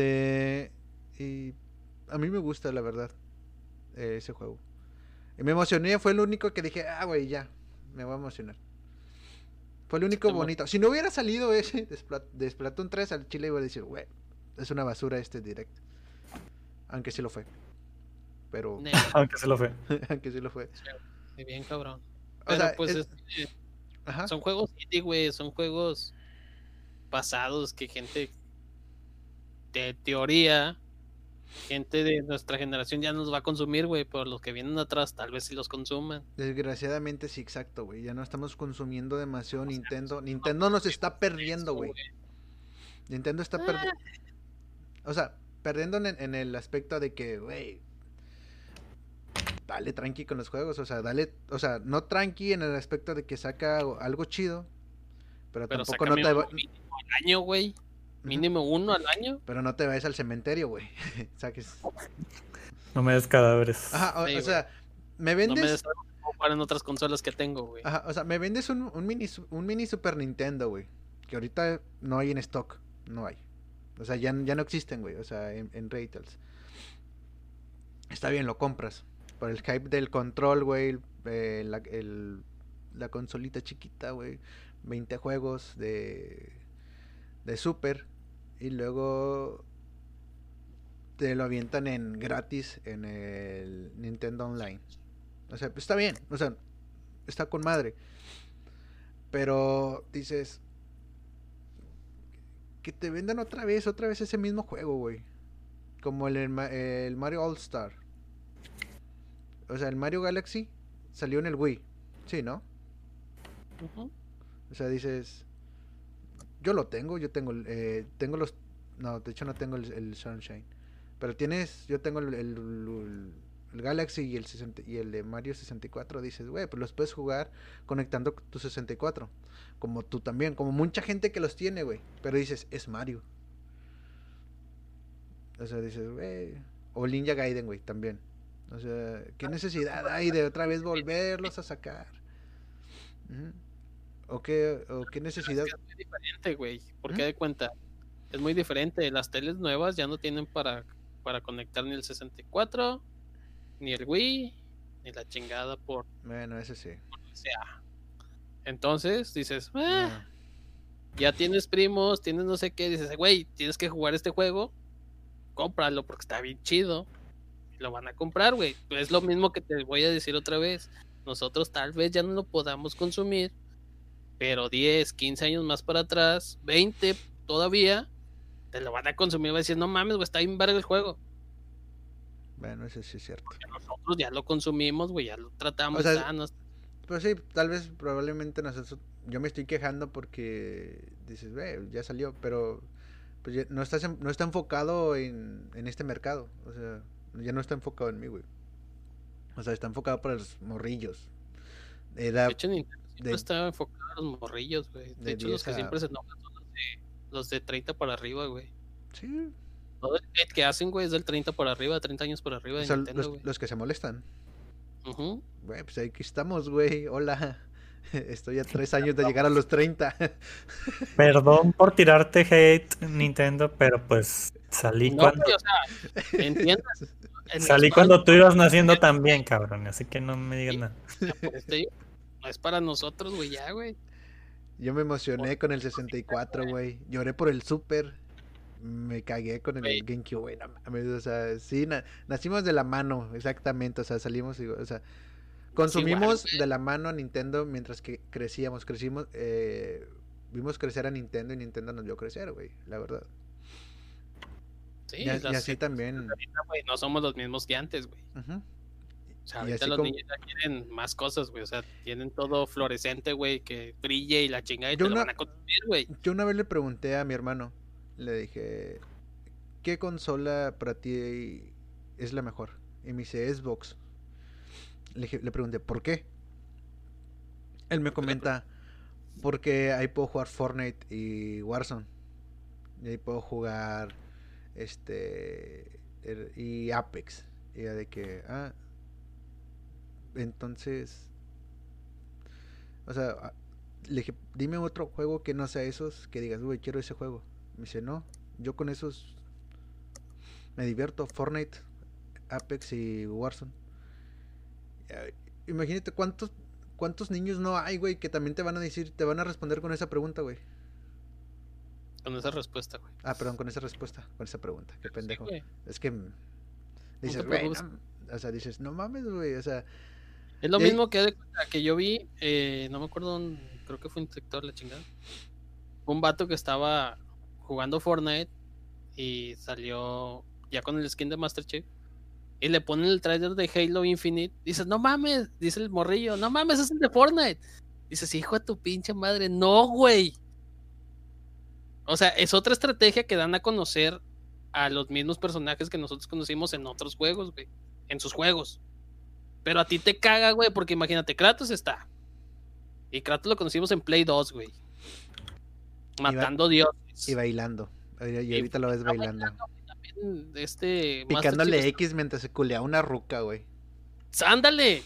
Y a mí me gusta, la verdad, ese juego. Y me emocioné, fue el único que dije, güey, ya, me voy a emocionar. Fue el único bonito. Si no hubiera salido ese de Splatoon 3, al chile iba a decir, güey, es una basura este direct. Aunque sí lo fue. Pero... Aunque sí lo fue. Aunque sí lo fue. Sí, bien cabrón. Pero o sea, pues son juegos indie, güey, son juegos pasados que gente de teoría, gente de nuestra generación ya nos va a consumir, güey, pero los que vienen atrás tal vez sí los consuman. Desgraciadamente sí, exacto, güey. Ya no estamos consumiendo demasiado Nintendo. Nintendo nos está perdiendo, güey. Nintendo está perdiendo. O sea, perdiendo en el aspecto de que, güey, dale tranqui con los juegos, o sea, no tranqui en el aspecto de que saca algo chido, pero tampoco no te va... Mínimo al año, güey. Mínimo uno al año. Pero no te vayas al cementerio, güey. Saques. No me des cadáveres. Ajá, o sea, me vendes... No me des jugar en otras consolas que tengo, güey. Ajá, o sea, me vendes un mini Super Nintendo, güey, que ahorita no hay en stock, no hay. O sea, ya no existen, güey, o sea, en retails. Está bien, lo compras. Por el hype del control, güey, la consolita chiquita, güey, 20 juegos de Super, y luego te lo avientan en gratis en el Nintendo Online. O sea, está bien, o sea, está con madre. Pero dices, que te vendan otra vez ese mismo juego, güey. Como el Mario All Star. O sea, el Mario Galaxy salió en el Wii. Sí, ¿no? O sea, dices, yo tengo los... No, de hecho no tengo el Sunshine. Pero yo tengo el Galaxy y el de Mario 64. Dices, güey, pues los puedes jugar conectando tu 64. Como tú también, como mucha gente que los tiene, güey. Pero dices, es Mario. O sea, dices, güey. O Ninja Gaiden, güey, también. O sea, ¿qué necesidad hay de otra vez volverlos a sacar? ¿O qué necesidad? Es muy diferente, güey. Porque de cuenta, es muy diferente. Las teles nuevas ya no tienen para conectar ni el 64, ni el Wii, ni la chingada Bueno, ese sí. Por lo que sea. Entonces dices, ya tienes primos, tienes no sé qué, dices, güey, tienes que jugar este juego, cómpralo porque está bien chido. Y lo van a comprar, güey. Es lo mismo que te voy a decir otra vez. Nosotros tal vez ya no lo podamos consumir, pero 10, 15 años más para atrás, 20 todavía, te lo van a consumir. Va a decir, no mames, güey, está bien verga el juego. Bueno, eso sí es cierto. Porque nosotros ya lo consumimos, güey, ya lo tratamos. O sea, pues sí, tal vez probablemente nosotros, yo me estoy quejando porque dices, ya salió, pero pues no está enfocado en este mercado, o sea, ya no está enfocado en mí, güey. O sea, está enfocado para los morrillos. De hecho, Nintendo siempre está enfocado a los morrillos, güey. De hecho, los que siempre se enojan son los de 30 para arriba, güey. Sí. Todo el hate que hacen, güey, es del 30 para arriba, 30 años para arriba de Nintendo, güey. Los que se molestan. Güey, pues aquí estamos, güey. Hola. Estoy a 3 años de llegar a los 30. Perdón por tirarte hate, Nintendo, pero pues salí cuando... Güey, o sea, entiendas. Salí cuando tú ibas naciendo también, cabrón. Así que no me digas nada. No es para nosotros, güey, ya, güey. Yo me emocioné con el 64, güey. Lloré por el Super. Me cagué con el GameCube, güey. No, o sea, sí, nacimos de la mano, exactamente. O sea, salimos, o sea, consumimos de la mano a Nintendo mientras que crecimos, vimos crecer a Nintendo y Nintendo nos vio crecer, güey, la verdad. Sí, y así también. Ahorita, güey, no somos los mismos que antes, güey. O sea, ahorita los niños ya quieren más cosas, güey. O sea, tienen todo fluorescente, güey, que brille y la chingada y te lo van a consumir, güey. Yo una vez le pregunté a mi hermano, le dije, ¿qué consola para ti es la mejor? Y me dice, Xbox. Le pregunté, ¿por qué? Él me comenta, porque ahí puedo jugar Fortnite y Warzone. Y ahí puedo jugar y Apex. Y ya de que, entonces, o sea, le dije, dime otro juego que no sea esos, que digas, güey, quiero ese juego. Me dice, no, yo con esos me divierto, Fortnite, Apex y Warzone. Imagínate cuántos niños no hay, güey, que también te van a responder con esa pregunta, güey. Con esa respuesta, güey. Perdón, con esa respuesta, con esa pregunta, qué pendejo. Sí, es que dices, güey, o sea, dices, no mames, güey, o sea. Es lo mismo que yo vi, no me acuerdo, creo que fue un sector, la chingada. Un vato que estaba jugando Fortnite y salió ya con el skin de Master Chief y le ponen el trailer de Halo Infinite. Dices, no mames, dice el morrillo, no mames, es el de Fortnite. Dices, hijo de tu pinche madre, no, güey. O sea, es otra estrategia que dan a conocer a los mismos personajes que nosotros conocimos en otros juegos, güey, en sus juegos. Pero a ti te caga, güey, porque imagínate, Kratos está. Y Kratos lo conocimos en Play 2, güey. Matando dioses. Y bailando. Y ahorita lo ves bailando. Picándole X mientras se culea una ruca, güey. ¡Ándale!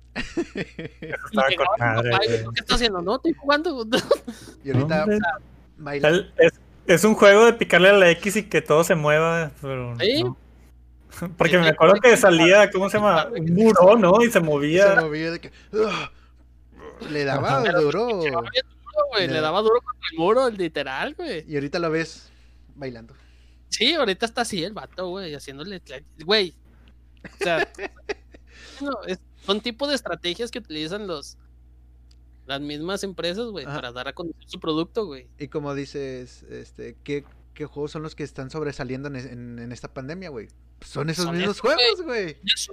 ¿Qué está haciendo? No, estoy jugando. Y ahorita baila. Es un juego de picarle a la X y que todo se mueva. Pero ¿sí? No. Porque me acuerdo que salía, ¿cómo se llama? Un muro, ¿no? Y se movía. Se movía de que... le daba duro. Le daba duro contra el muro, literal, güey. Y ahorita lo ves bailando. Sí, ahorita está así el vato, güey, haciéndole... Güey. O sea, son tipos de estrategias que utilizan las mismas empresas, güey, para dar a conocer su producto, güey. Y como dices, ¿qué juegos son los que están sobresaliendo en esta pandemia, güey? Son esos mismos juegos, güey.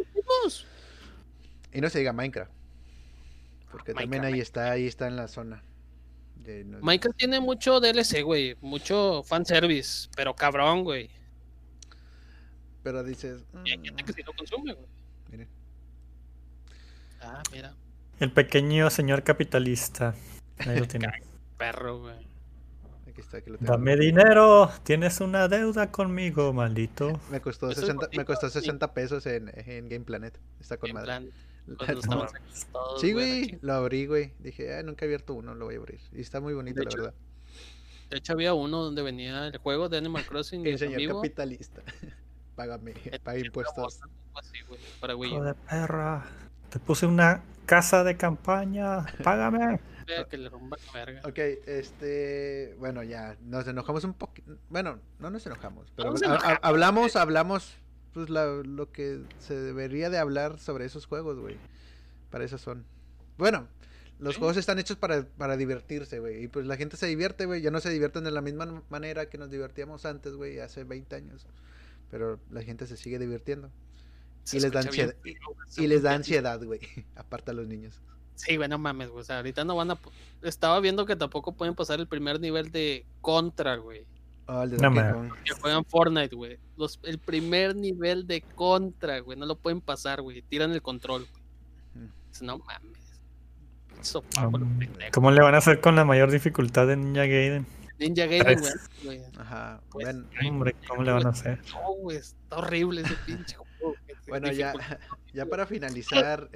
Y no se diga Minecraft. Porque también ahí está en la zona. Minecraft tiene mucho DLC, güey. Mucho fanservice. Pero cabrón, güey. Pero dices... Y hay gente que sí lo consume, güey. Miren. Mira. El pequeño señor capitalista. Ahí lo tiene. Perro, güey. Aquí está, aquí lo tengo. Dame dinero. Tienes una deuda conmigo, maldito. Me costó 60 pesos en Game Planet. Está con madre. Sí, güey, lo abrí, güey. Dije, nunca he abierto uno, lo voy a abrir. Y está muy bonito, la verdad. De hecho, había uno donde venía el juego de Animal Crossing. El señor capitalista. Págame, paga impuestos. Así, güey, para Wii. Hijo de perra. Te puse una casa de campaña. Págame. Que le rompa la verga. Ok, bueno, ya, nos enojamos un poquito. Bueno, no nos enojamos, pero hablamos pues lo que se debería de hablar sobre esos juegos, güey. Para eso son. Bueno, los juegos están hechos para divertirse, güey. Y pues la gente se divierte, güey. Ya no se divierten de la misma manera que nos divertíamos antes, güey, hace 20 años. Pero la gente se sigue divirtiendo. Y les da ansiedad, güey. Aparte a los niños. Sí, güey, no mames, güey. O sea, ahorita no van a... Estaba viendo que tampoco pueden pasar el primer nivel de Contra, güey. Oh, el de Donkey Kong. Que juegan Fortnite, güey. El primer nivel de Contra, güey. No lo pueden pasar, güey. Tiran el control, güey. No mames. ¿Cómo le van a hacer con la mayor dificultad de Ninja Gaiden? Ninja Gaiden, güey. Ajá. Pues, hombre, ¿cómo le van a hacer? No, güey. Está horrible ese pinche juego. Bueno, ya para finalizar,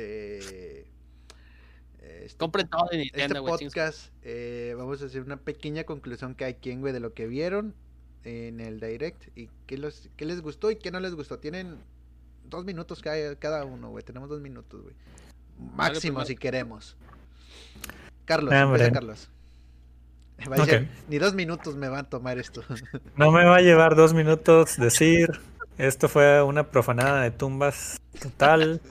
compren todo de Nintendo, este podcast, vamos a hacer una pequeña conclusión cada quien, güey, de lo que vieron en el Direct y qué les gustó y qué no les gustó. Tienen 2 minutos cada uno, güey. Tenemos 2 minutos, güey. Máximo, si queremos. Carlos, empieza Carlos. Ni 2 minutos me van a tomar esto. No me va a llevar 2 minutos decir. Esto fue una profanada de tumbas total.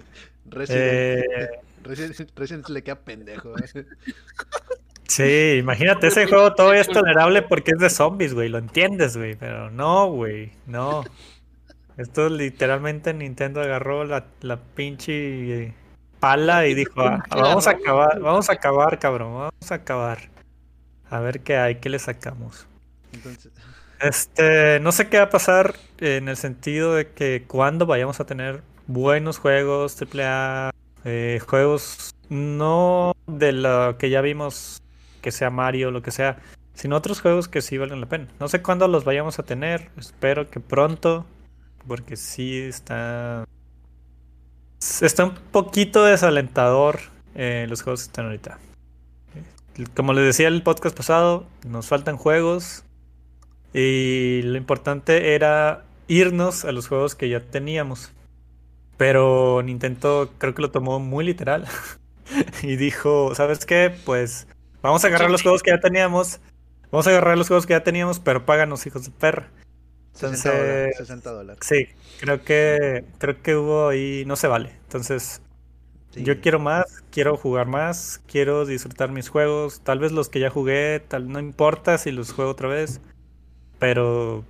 Resident le queda pendejo. Sí, imagínate, ese juego todavía es tolerable porque es de zombies, güey. Lo entiendes, güey. Pero no, güey. No. Esto literalmente Nintendo agarró la pinche pala y dijo, vamos a acabar, cabrón. Vamos a acabar. A ver qué hay, qué le sacamos. Entonces... no sé qué va a pasar en el sentido de que cuando vayamos a tener buenos juegos AAA, juegos no de lo que ya vimos, que sea Mario o lo que sea, sino otros juegos que sí valen la pena. No sé cuándo los vayamos a tener, espero que pronto, porque sí está un poquito desalentador los juegos que están ahorita. Como les decía el podcast pasado, nos faltan juegos y lo importante era irnos a los juegos que ya teníamos. Pero Nintendo creo que lo tomó muy literal y dijo, ¿sabes qué? Pues vamos a agarrar los juegos que ya teníamos. Vamos a agarrar los juegos que ya teníamos, pero páganos, hijos de perra. Entonces, $60. Sí, creo que hubo ahí, no se vale. Entonces, sí. Yo quiero más, quiero jugar más, quiero disfrutar mis juegos. Tal vez los que ya jugué, no importa si los juego otra vez. Pero,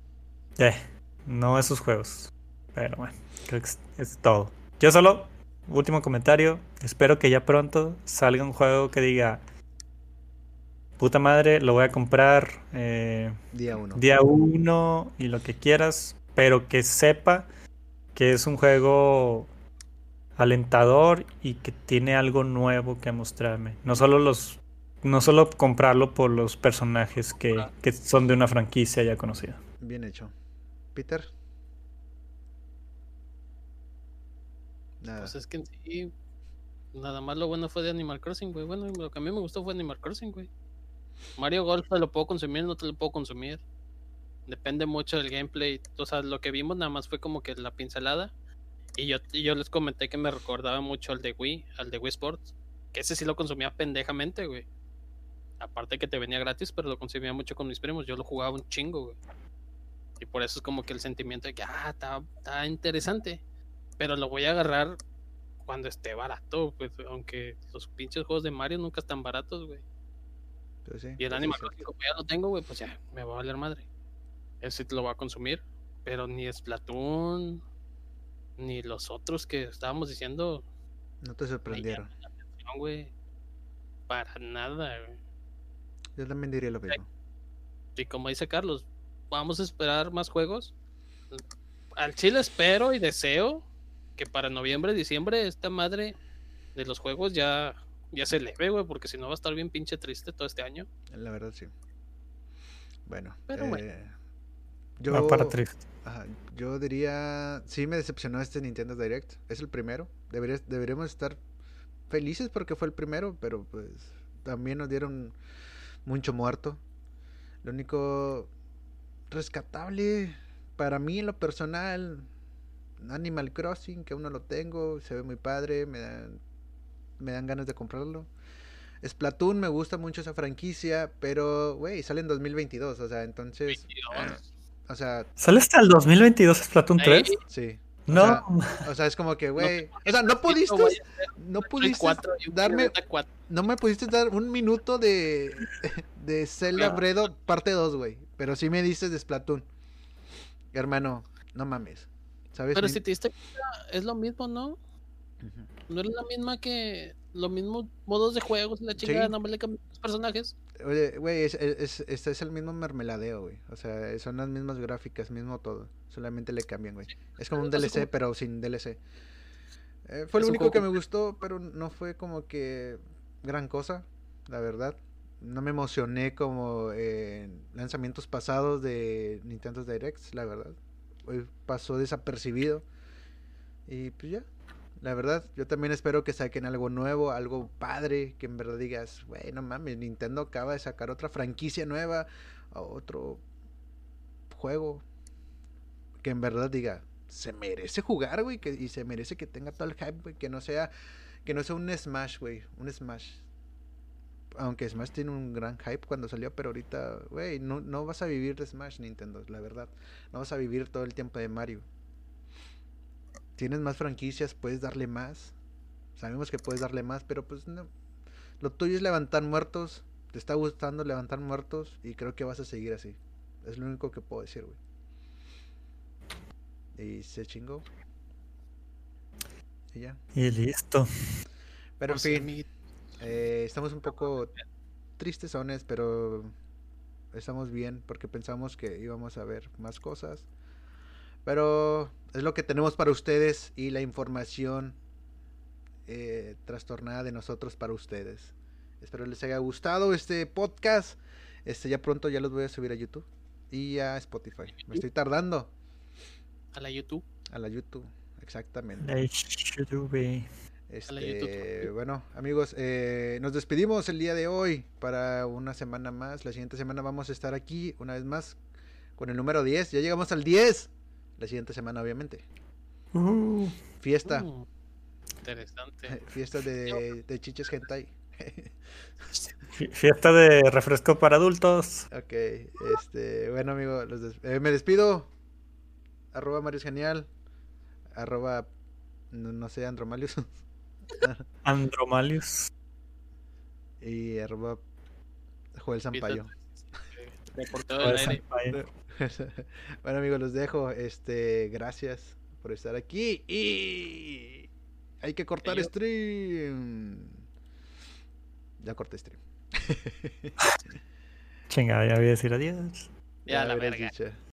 no esos juegos. Pero bueno, creo que es todo. Yo solo, último comentario, espero que ya pronto salga un juego que diga, puta madre, lo voy a comprar día 1 y lo que quieras, pero que sepa que es un juego alentador y que tiene algo nuevo que mostrarme. No solo comprarlo por los personajes que son de una franquicia ya conocida. Bien hecho. Peter. Nada. Pues es que sí, nada más lo bueno fue de Animal Crossing, güey. Bueno, lo que a mí me gustó fue Animal Crossing, güey. Mario Golf te lo puedo consumir, no te lo puedo consumir. Depende mucho del gameplay. O sea, lo que vimos nada más fue como que la pincelada. Y yo les comenté que me recordaba mucho al de Wii Sports. Que ese sí lo consumía pendejamente, güey. Aparte que te venía gratis, pero lo consumía mucho con mis primos. Yo lo jugaba un chingo, güey. Y por eso es como que el sentimiento de que, está interesante. Pero lo voy a agarrar cuando esté barato, pues, aunque los pinches juegos de Mario nunca están baratos, güey. Pues sí, y el Animal Crossing, como ya lo tengo, güey, pues ya, me va a valer madre. Ese sí te lo voy a consumir. Pero ni Splatoon, ni los otros que estábamos diciendo. No te sorprendieron. No, güey. Para nada, güey. Yo también diría lo mismo. Y como dice Carlos, vamos a esperar más juegos. Al chile espero y deseo que para noviembre, diciembre, esta madre de los juegos ya se eleve, güey, porque si no va a estar bien pinche triste todo este año. La verdad, sí. Bueno, va para triste. Yo diría, sí me decepcionó este Nintendo Direct. Es el primero. Deberíamos estar felices porque fue el primero, pero pues también nos dieron mucho muerto. Lo único rescatable para mí en lo personal, Animal Crossing, que aún no lo tengo, se ve muy padre, me dan ganas de comprarlo. Splatoon me gusta mucho esa franquicia, pero, güey, sale en 2022, o sea, entonces... o sea... ¿Sale hasta el 2022 Splatoon 3? Sí. No. O sea, es como que, güey... O sea, no pudiste darme... No me pudiste dar un minuto de Zelda Breath parte 2, güey. Pero sí me dices de Splatoon. Hermano, no mames. ¿Sabes? Pero si te diste cuenta, es lo mismo, ¿no? Uh-huh. No es la misma que... Los mismos modos de juegos, la chingada, no me le cambian los personajes. Oye, güey, este es el mismo mermeladeo, güey. O sea, son las mismas gráficas, mismo todo. Solamente le cambian, güey. Es como un DLC, pero sin DLC. Fue lo único que me gustó, pero no fue como que gran cosa, la verdad. No me emocioné como en lanzamientos pasados de Nintendo Directs, la verdad. Hoy pasó desapercibido. Y pues ya. La verdad, yo también espero que saquen algo nuevo, algo padre, que en verdad digas, güey, no mames, Nintendo acaba de sacar otra franquicia nueva, otro juego, que en verdad diga, se merece jugar, güey, y se merece que tenga todo el hype, güey, que no sea un Smash, güey, un Smash. Aunque Smash tiene un gran hype cuando salió, pero ahorita, güey, no vas a vivir de Smash, Nintendo, la verdad. No vas a vivir todo el tiempo de Mario. Tienes más franquicias, puedes darle más. Sabemos que puedes darle más, pero pues no. Lo tuyo es levantar muertos. Te está gustando levantar muertos y creo que vas a seguir así. Es lo único que puedo decir, güey. Y se chingó. Y ya. Y listo. Pero en fin, estamos un poco tristezones, pero estamos bien porque pensamos que íbamos a ver más cosas. Pero es lo que tenemos para ustedes y la información trastornada de nosotros para ustedes. Espero les haya gustado este podcast. Ya pronto ya los voy a subir a YouTube y a Spotify. Me estoy tardando. A la YouTube, exactamente. La YouTube. Bueno, amigos, nos despedimos el día de hoy para una semana más. La siguiente semana vamos a estar aquí una vez más con el número 10. Ya llegamos al 10. La siguiente semana, obviamente. Fiesta. Interesante. Fiesta de chiches hentai. Fiesta de refresco para adultos. Ok, bueno, amigo, me despido. @Mario es genial. No sé, Andromalius. Andromalius. Y @Joel Sampaio. Bueno, amigos, los dejo. Gracias por estar aquí. Y hay que cortar stream. Ya corté stream. Chinga, ya voy a decir adiós. Ya la verga. Dicho.